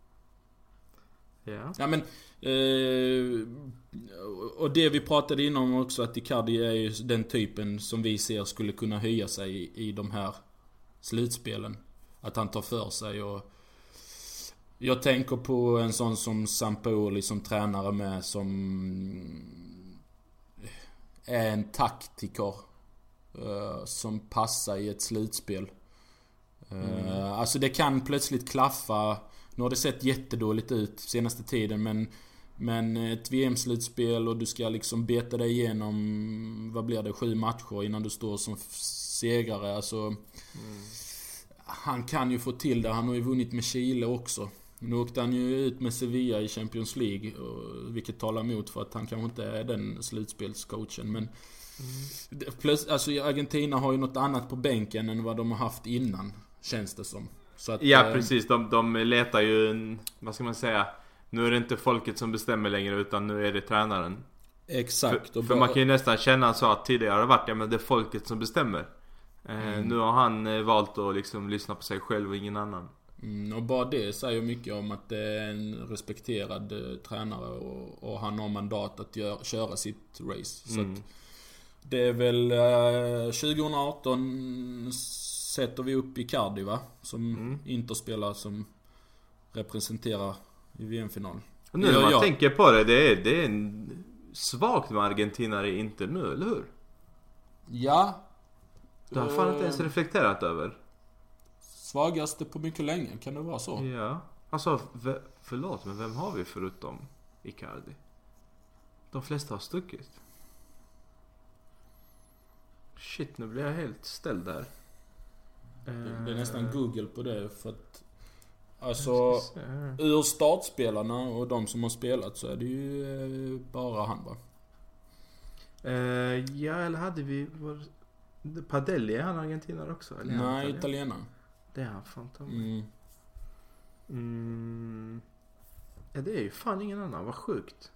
Ja. Ja, men uh, och det vi pratade innan också, att Icardi är ju den typen som vi ser skulle kunna höja sig i, i de här slutspelen. Att han tar för sig. Och jag tänker på en sån som Sampaoli som tränare med, som är en taktiker uh, som passar i ett slutspel. Mm. Uh, alltså det kan plötsligt klaffa. Nu har det sett jättedåligt ut senaste tiden, men men ett V M-slutspel och du ska liksom beta dig igenom, vad blir det, sju matcher innan du står som segrare. Alltså mm. han kan ju få till det. Han har ju vunnit med Chile också. Nu åkte han ju ut med Sevilla i Champions League, och, vilket talar emot för att han kanske inte är den slutspelscoachen. Men mm. plus, alltså Argentina har ju något annat på bänken än vad de har haft innan, känns det som. Så att, ja, precis. De, de letar ju en, vad ska man säga, nu är det inte folket som bestämmer längre, utan nu är det tränaren. Exakt. För, för man kan ju nästan känna så att tidigare har det varit, ja men det är folket som bestämmer. Mm. Eh, nu har han eh, valt att liksom lyssna på sig själv och ingen annan. Mm, och bara det säger mycket om att det är en respekterad eh, tränare, och, och han har mandat att gör, köra sitt race. Så mm. att det är väl eh, tjugoarton sätter vi upp Icardi, va? Som mm. Inter-spelare som representerar i V M-final. Och nu när man jag. tänker på det, det är, det är en svagt med Argentina i Inter nu, eller hur? Ja. Du har fan uh, inte ens reflekterat över. Svagaste på mycket länge, kan det vara så? Ja. Alltså, v- förlåt, men vem har vi förutom Icardi? De flesta har stuckit. Shit, nu blir jag helt ställd där. Det, det är nästan Google på det för att alltså uh, ur startspelarna och de som har spelat så är det ju eh, bara han va? Uh, ja, eller hade vi var, Padelli, är han argentinare också? Eller nej, italienare. Det är han fan ta mm. mm. Ja, det är ju fan ingen annan, vad sjukt.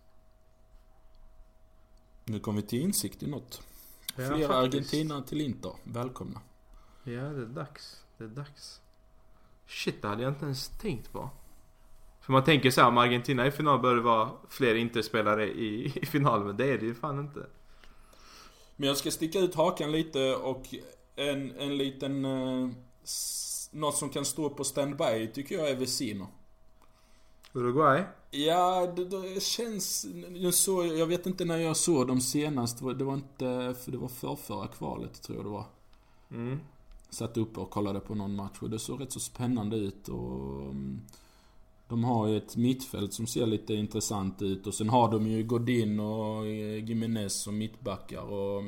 Nu kommer vi till insikt i något. Ja, Flera argentinare till Inter, välkomna. Ja, det är dags. Det är dags. Shit, det hade jag inte ens tänkt på. För man tänker så här, om Argentina i final bör det vara fler Inter-spelare i, i final, men det är det ju fan inte. Men jag ska sticka ut hakan lite och en, en liten eh, s- något som kan stå på standby tycker jag är Vecino. Uruguay? Ja, det, det känns jag, så, jag vet inte när jag såg dem senast. Det var inte, för det var förrförra kvalet tror jag det var. Mm. Satt upp och kollade på någon match och det såg rätt så spännande ut och de har ju ett mittfält som ser lite intressant ut och sen har de ju Godin och Gimenez som mittbackar och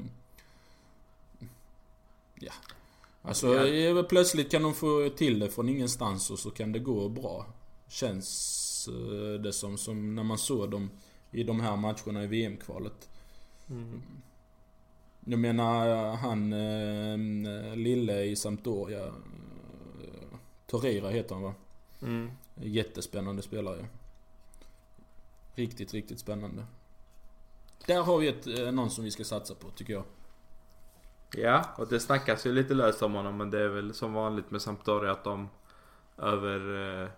ja. Alltså ja. Plötsligt kan de få till det från ingenstans och så kan det gå bra. Känns det som, som när man såg dem i de här matcherna i V M-kvalet. Mm. Jag menar han eh, Lille i Sampdoria eh, Torreira heter han va? Mm. Jättespännande spelare. Riktigt, riktigt spännande. Där har vi ett, eh, någon som vi ska satsa på tycker jag. Ja, och det snackas ju lite löst om honom, men det är väl som vanligt med Sampdoria att de över eh,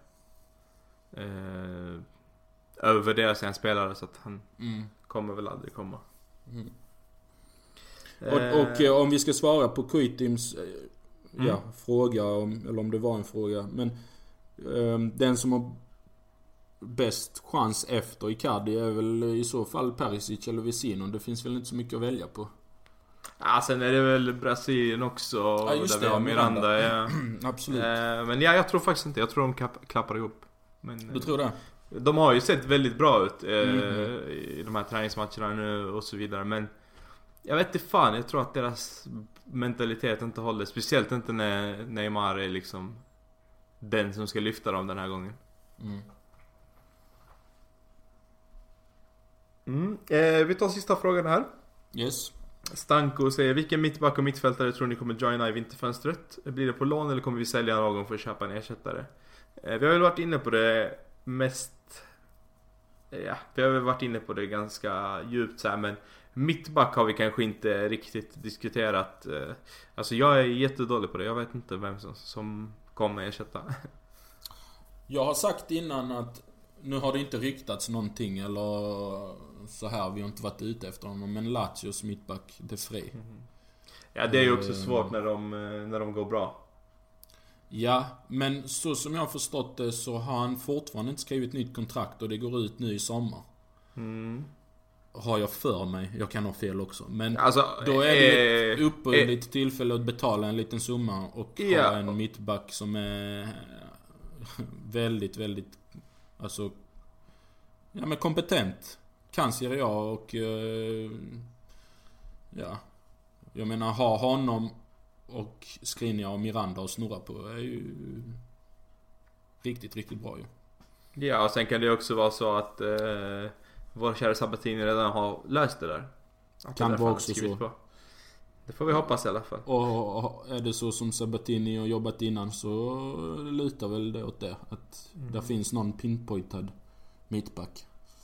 eh, övervärderar sina spelare så att han mm. kommer väl aldrig komma. Mm. Och, och eh, om vi ska svara på Kuitims eh, mm. ja, fråga om, eller om det var en fråga, men eh, den som har bäst chans efter Icardi är väl i så fall Perisic eller Vecino. Det finns väl inte så mycket att välja på. Ja, sen är det väl Brasilien också ja, just där det, vi har Miranda, Miranda. Ja. Absolut. Eh, men ja, jag tror faktiskt inte. Jag tror de klapp, klappar ihop. Men, du tror det? De har ju sett väldigt bra ut eh, mm-hmm. i de här träningsmatcherna nu och så vidare, men jag vet inte fan, jag tror att deras mentalitet inte håller. Speciellt inte när Neymar är liksom den som ska lyfta dem den här gången. Mm. Mm. Eh, vi tar sista frågan här. Yes. Stanko säger, vilken mittback och mittfältare tror ni kommer joina i vinterfönstret? Blir det på lån eller kommer vi sälja någon för att köpa en ersättare? Eh, vi har väl varit inne på det mest. Ja, vi har väl varit inne på det ganska djupt så här, men mittback har vi kanske inte riktigt diskuterat. Alltså jag är jättedålig på det. Jag vet inte vem som, som kommer ersätta. Jag har sagt innan att nu har det inte ryktats någonting eller så här, vi har inte varit ute efter honom, men Lazios mittback, De Vrij. Mm. Ja, det är ju också svårt när de, när de går bra. Ja, men så som jag har förstått det så har han fortfarande inte skrivit nytt kontrakt och det går ut nu i sommar. Mm. Har jag för mig. Jag kan ha fel också. Men alltså, då är det eh, ett uppbundet eh, tillfälle att betala en liten summa och ja. ha en mittback som är väldigt, väldigt alltså ja, men kompetent. Kan Serie A och eh, ja. Jag menar, ha honom och Skriniar och Miranda och snurra på är ju riktigt, riktigt bra ju. Ja, och sen kan det också vara så att eh, vår kära Sabatini redan har löst det där. Att kan det vara också så. På. Det får vi hoppas i alla fall. Och är det så som Sabatini har jobbat innan så lutar väl det åt det. Att mm. där finns någon pinpointad mittback.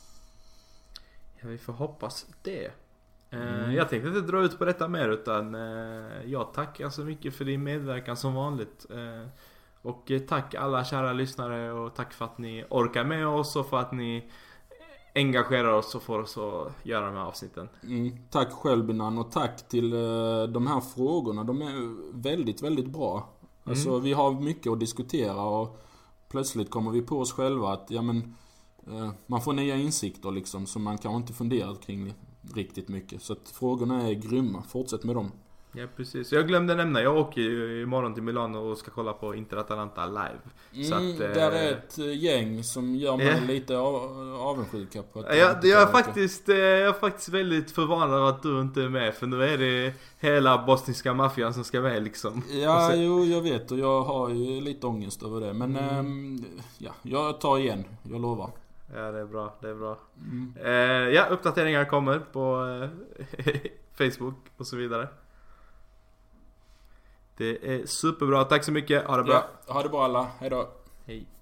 Ja, vi får hoppas det. Mm. Jag tänkte inte dra ut på detta mer, utan jag tackar så mycket för din medverkan som vanligt. Och tack alla kära lyssnare, och tack för att ni orkar med oss och för att ni engagerar oss och får oss att göra de här avsnitten. Mm. Tack själv Binan, och tack till de här frågorna. De är väldigt, väldigt bra. Alltså mm. vi har mycket att diskutera och plötsligt kommer vi på oss själva att ja, men, man får nya insikter liksom, som man kanske inte funderat kring riktigt mycket. Så att frågorna är grymma. Fortsätt med dem. Ja, precis. Jag glömde nämna, jag åker ju imorgon till Milano och ska kolla på Inter Atalanta live. Mm, så att, där eh, är ett gäng som gör mig yeah. lite av, avundsjuka på att jag, jag, är faktiskt, jag är faktiskt väldigt förvånad att du inte är med. För nu är det hela bosniska maffian som ska med liksom. Ja, sen... jo, jag vet och jag har ju lite ångest över det. Men mm. ähm, ja, jag tar igen, jag lovar. Ja, det är bra, det är bra. Mm. Eh, ja, uppdateringar kommer på eh, Facebook och så vidare. Det är superbra, tack så mycket, ha det bra. Ja, ha det bra alla, hejdå. Hej.